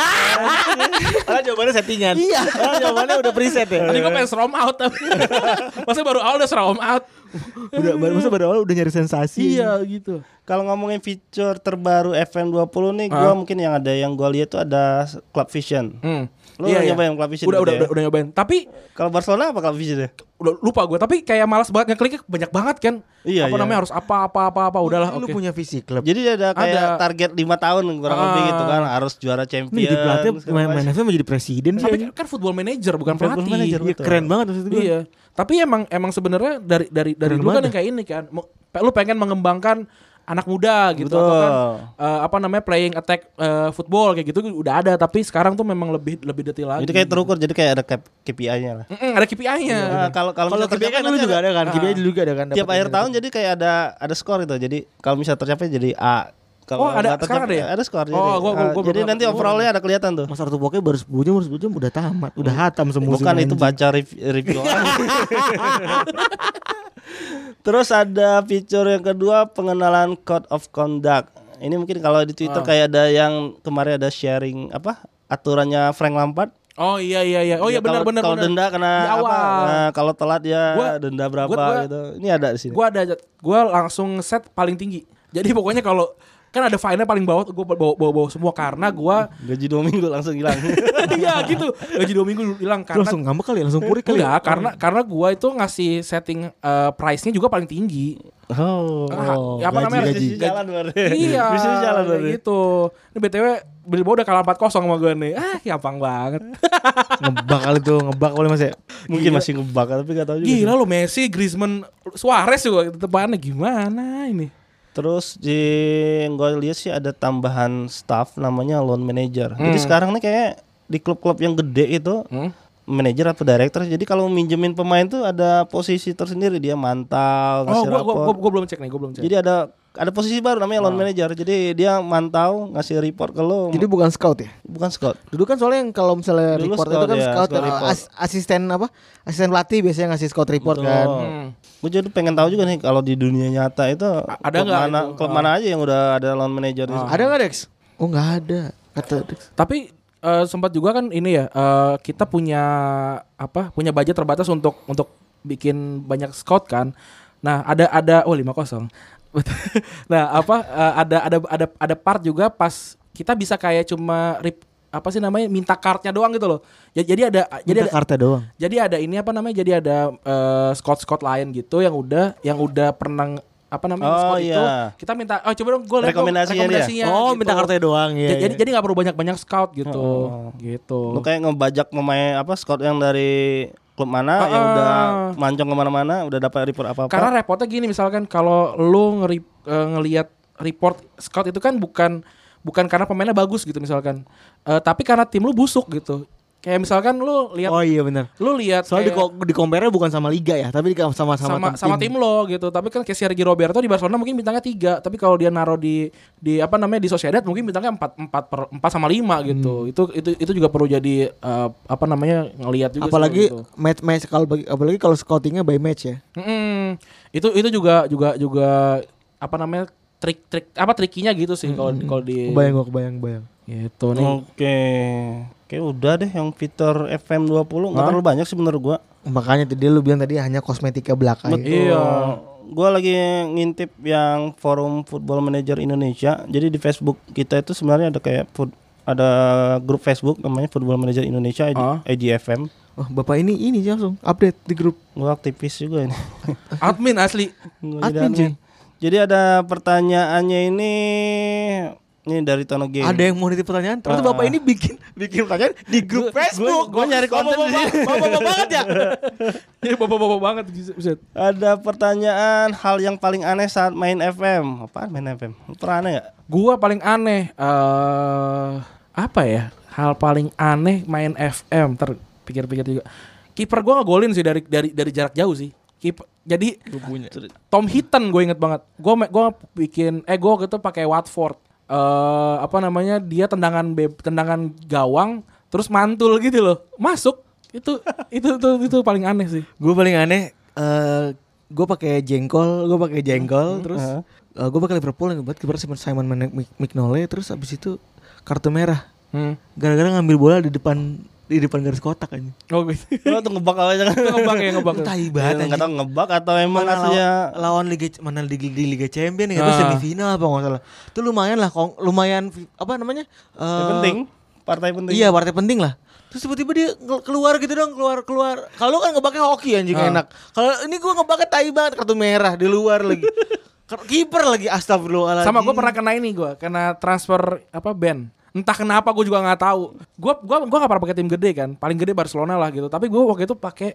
Karena jawabannya settingan. Iya. Karena jawabannya udah preset ya. Tadi gua pengen rom out tapi masa baru awal udah rom out. Masa pada awal udah nyari sensasi. Iya gitu. Kalau ngomongin fitur terbaru FM20 nih, gua mungkin yang gua lihat tuh ada Club Vision. Lu udah nyobain Club Vision? Udah nyobain. Tapi kalau Barcelona apa Club Vision ya? udah lupa gue, tapi kayak malas banget ngekliknya banyak banget kan. Iya, apa iya. namanya harus apa udahlah Lu oke. punya visi klub. Jadi ada kayak Ada. target 5 tahun kurang lebih gitu kan, harus juara Ini champion. jadi pelatih segala main macam. FM menjadi presiden sih. Tapi kan football manager bukan Football pelatih. manager, Iya, betul. keren banget maksud gue. Iya. Tapi emang sebenarnya dari Keren dulu kan banget. yang kayak ini kan. Lu pengen mengembangkan anak muda gitu Betul. atau kan playing attack football kayak gitu udah ada, tapi sekarang tuh memang lebih detail lagi. Jadi kayak terukur, jadi kayak ada KPI-nya lah. Ada KPI-nya. Nah, kalau Kalau misalnya KPI kan tercapai dulu nanti juga ada kan. KPI dulu juga ada kan. tiap akhir tahun jadi kayak ada skor itu. Jadi kalau misalnya tercapai jadi A. Kalau Oh, ada. nggak Sekarang tercapai, ada ya? Ada skor jadi. Oh, gua jadi belum nanti pernah. overallnya ada kelihatan tuh. Mas Artu pokoknya baru 10 jam udah tamat, udah hatam semua. Bukan itu baca review. Terus ada fitur yang kedua, pengenalan code of conduct. Ini mungkin kalau di Twitter kayak ada yang kemarin ada sharing aturannya Frank Lampard. Oh iya. Oh iya Ya, kalau benar. denda kena Di awal. apa? Nah, kalau telat ya Gua- denda berapa gua- gitu. Ini ada di sini. Gua langsung set paling tinggi. Jadi pokoknya kalau kan ada fine-nya paling bawah, gue bawa semua karena gua Gaji 2 minggu langsung hilang. iya gitu. Gaji 2 minggu hilang karena langsung ngambek kali, langsung puri kali. enggak, karena gua itu ngasih setting price-nya juga paling tinggi. Ya, apa namanya? Bisnis jalan berarti. Iya. Bisnis jalan berarti. Gitu. Ini BTW Bilbao udah kalah 4-0 sama gue nih. Gampang banget. Ngebak kali tuh, ngebak kali Mas ya. Mungkin masih ngebak tapi gak tahu juga. Gila lo, Messi, Griezmann, Suarez juga tepannya gimana ini? Terus yang gue lihat sih ada tambahan staff namanya loan manager. Jadi sekarang nih kayak di klub-klub yang gede itu manajer atau director. Jadi kalau minjemin pemain tuh ada posisi tersendiri, dia mantau, ngasih rapor. Gue belum cek nih, gue belum cek. Jadi ada posisi baru namanya loan manager. Jadi dia mantau, ngasih report ke lo. Jadi bukan scout ya? Bukan scout. Dulu kan soalnya yang kalau misalnya Dulu report scout itu kan ya, scout, scout report. asisten apa? Asisten pelatih biasanya ngasih scout report kan. Gue jadi pengen tahu juga nih kalau di dunia nyata itu ada nggak itu? klub mana aja yang udah ada loan manager di situ? Ada nggak Dex? Oh nggak ada kata Dex. Tapi sempat juga kan ini ya, kita punya budget terbatas untuk bikin banyak scout kan. Nah, ada 5-0. Nah, ada part juga pas kita bisa kayak cuma minta cardnya doang gitu loh. Jadi ada kartu doang. Jadi ada ini jadi ada scout lain gitu yang udah pernah scout itu kita minta coba dong gue lihat rekomendasinya Oh, gitu. minta kartu doang ya. Jadi nggak perlu banyak scout gitu. Gitu. Lu kayak ngebajak pemain scout yang dari klub mana yang udah mancong kemana-mana, udah dapat report apa-apa. Karena repotnya gini, misalkan kalau lu ngelihat report scout itu kan bukan karena pemainnya bagus gitu misalkan, tapi karena tim lu busuk gitu. Kayak misalkan lu lihat Oh iya benar. lu lihat Soalnya kayak di compare bukan sama liga ya, tapi sama tim lo gitu. Tapi kan kayak Sergio Roberto di Barcelona mungkin bintangnya 3, tapi kalau dia naruh di apa namanya di Sociedad mungkin bintangnya 4 sama 5 gitu. Itu juga perlu jadi apa namanya ngelihat juga. Apalagi gitu. match apalagi kalau scoutingnya by match ya. Itu juga apa namanya trikinya gitu sih kalau di Kebayang. gitu nih. Oke, udah deh yang fitur FM 20 nggak terlalu banyak sih menurut gua. Makanya tadi lu bilang tadi hanya kosmetika belaka. Betul. Iya. Gua lagi ngintip yang forum Football Manager Indonesia. Jadi di Facebook kita itu sebenarnya ada kayak ada grup Facebook namanya Football Manager Indonesia IGFM. Wah, Bapak ini langsung update di grup. Gua aktivis juga ini. Admin asli. Gua jadi Admin, cuy. Jadi ada pertanyaannya ini dari Tono Game. Ada yang mau nitip pertanyaan? Ternyata Bapak ini bikin pertanyaan di grup Facebook. Gua nyari konten di sini. Bapak banget ya. Ini bapak-bapak banget buset. Ada pertanyaan hal yang paling aneh saat main FM. Apaan main FM? Lu pernah aneh gak? Gua paling aneh apa ya? Hal paling aneh main FM. Pikir-pikir juga. Kiper gua ngegolin sih dari jarak jauh sih. Jadi Tom Hinton gue inget banget. Gua bikin gue gitu pakai Watford. Apa namanya dia tendangan gawang terus mantul gitu loh masuk itu paling aneh sih. Gue paling aneh gue pakai jengkol terus gue pakai Liverpool yang buat kiper Simon McNally terus abis itu kartu merah gara-gara ngambil bola di depan garis kotak aja. Oh gitu. Lo tuh ngebak apa jangan? ngebak. Tai banget. Enggak tahu ngebak atau emang aslinya lawan di Liga Champions ya, itu semifinal apa enggak salah. Itu lumayan apa namanya? Partai penting. Iya, partai penting lah. Terus tiba-tiba dia keluar gitu dong, keluar. Kalau kan ngebaknya hoki anjing enak. Kalau ini gua ngebaknya tai banget, kartu merah di luar lagi. Kiper lagi, astagfirullahaladzim. Sama gue pernah kena transfer ban. Entah kenapa gue juga nggak tahu. Gue nggak pernah pakai tim gede kan. Paling gede Barcelona lah gitu. Tapi gue waktu itu pakai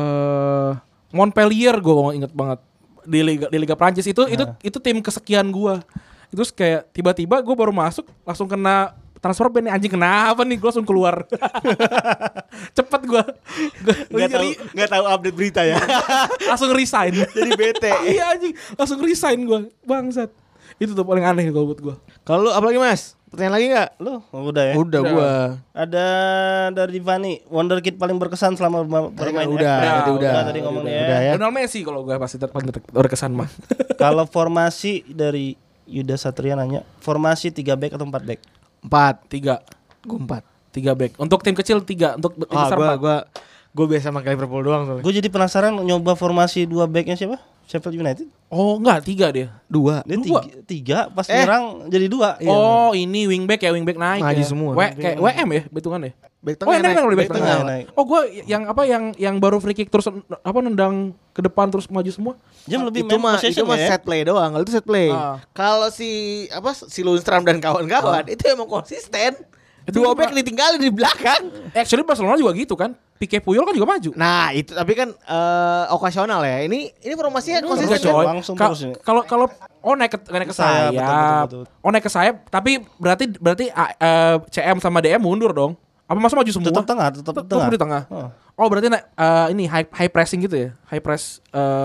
Montpellier, gue inget banget di Liga Prancis itu tim kesekian gue. Terus kayak tiba-tiba gue baru masuk langsung kena transfer ban nih, anjing kenapa nih, gue langsung keluar. Cepet gue nggak tahu update berita ya. Langsung resign. Jadi bete. Iya anjing, langsung resign gue, bangsat. Itu tuh paling aneh kalau buat gue. Kalau apa lagi Mas? Pertanyaan lagi nggak? Lu udah ya? Udah gua. Ada dari Divani, wonderkid paling berkesan selama bermain udah tadi ngomongnya udah ya. Lionel Messi kalau gue pasti berkesan mah. Kalau formasi dari Yuda Satria nanya, formasi 3 back atau 4 back? 3. Gue 4. 3 back. Untuk tim kecil 3, untuk tim besar 4. Gue biasa pakai Liverpool doang soalnya. Gue jadi penasaran nyoba formasi 2 backnya siapa? Sheffield United? Oh enggak, 3 dia. 2. Dia 3 pas nyerang jadi 2. Oh ini wingback naik Ngaji ya. semua. Kayak WM ya hitungan ya. Back Oh tengah enak naik. back tengah. Oh gue yang baru free kick terus nendang ke depan terus maju semua. Jam lebih itu main mah ya? set play doang. Kalau itu set play. Kalau si Lundstram dan kawan-kawan itu emang konsisten. Dua back ditinggalin di belakang. Actually Barcelona juga gitu kan. Pique Puyol kan juga maju. Nah itu tapi kan okasional ya. Ini formasinya konsisten. Langsung terus ini. Kalau naik ke sayap. Betul. Oh naik ke sayap. Tapi berarti CM sama DM mundur dong. Apa masa maju semua? Tetap tengah. Di tengah. Oh berarti ini high pressing gitu ya? High press.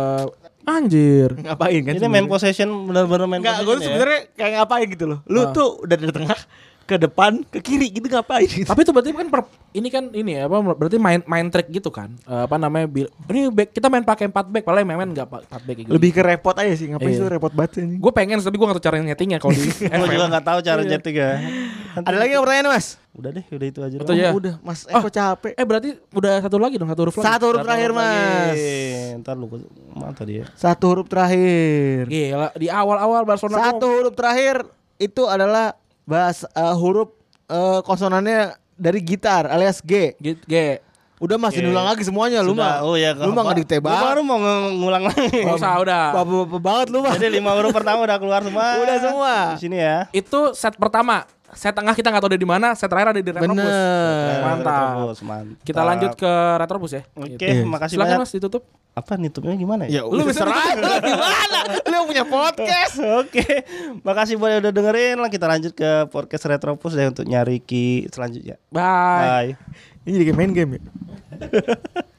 Anjir. Ngapain kan? Ini main possession benar-benar main Enggak, possession. gue sebenarnya kayak ngapain gitu loh. Lu tuh udah dari tengah ke depan ke kiri gitu ngapain gitu. Tapi itu berarti kan ini berarti main trick gitu kan. Apa namanya ini back, kita main pakai 4 back padahal main enggak 4 back gitu. Lebih ke repot aja sih, ngapain sih repot banget sih. Gue pengen tapi gue enggak tahu cara nyetingnya kalau di Gue juga enggak tahu cara nyeting ya. Ada lagi yang pertanyaan Mas? Udah deh, udah itu aja. Itu ya. Udah, Mas Eko capek. Berarti udah satu lagi dong, satu huruf lagi. Satu huruf terakhir Mas. Ntar lu mana tadi ya? Satu huruf terakhir. Gila, di awal-awal Barcelona. Satu huruf terakhir itu adalah huruf konsonannya dari gitar alias G. G. Udah Mas, diulang lagi semuanya lu mah. Oh ya, lu mah enggak ditebak. Lu baru mau ngulang lagi. Enggak usah, udah. Bapak banget lu mah. Jadi 5 huruf pertama udah keluar semua. Udah semua. Di sini ya. Itu set pertama. set tengah kita nggak tahu ada di mana, set terakhir ada di Retropus. Bener. Mantap. Retropus, mantap. Kita lanjut ke Retropus ya. Oke, Gitu. makasih Silakan banyak. Mas ditutup. Apa nitupnya gimana ya? Ya lu bisa gimana? Lu yang punya podcast. Oke, makasih buat yang udah dengerin lah. Kita lanjut ke podcast Retropus deh untuk nyari Ki selanjutnya. Bye. Bye. Ini jadi kayak main game ya.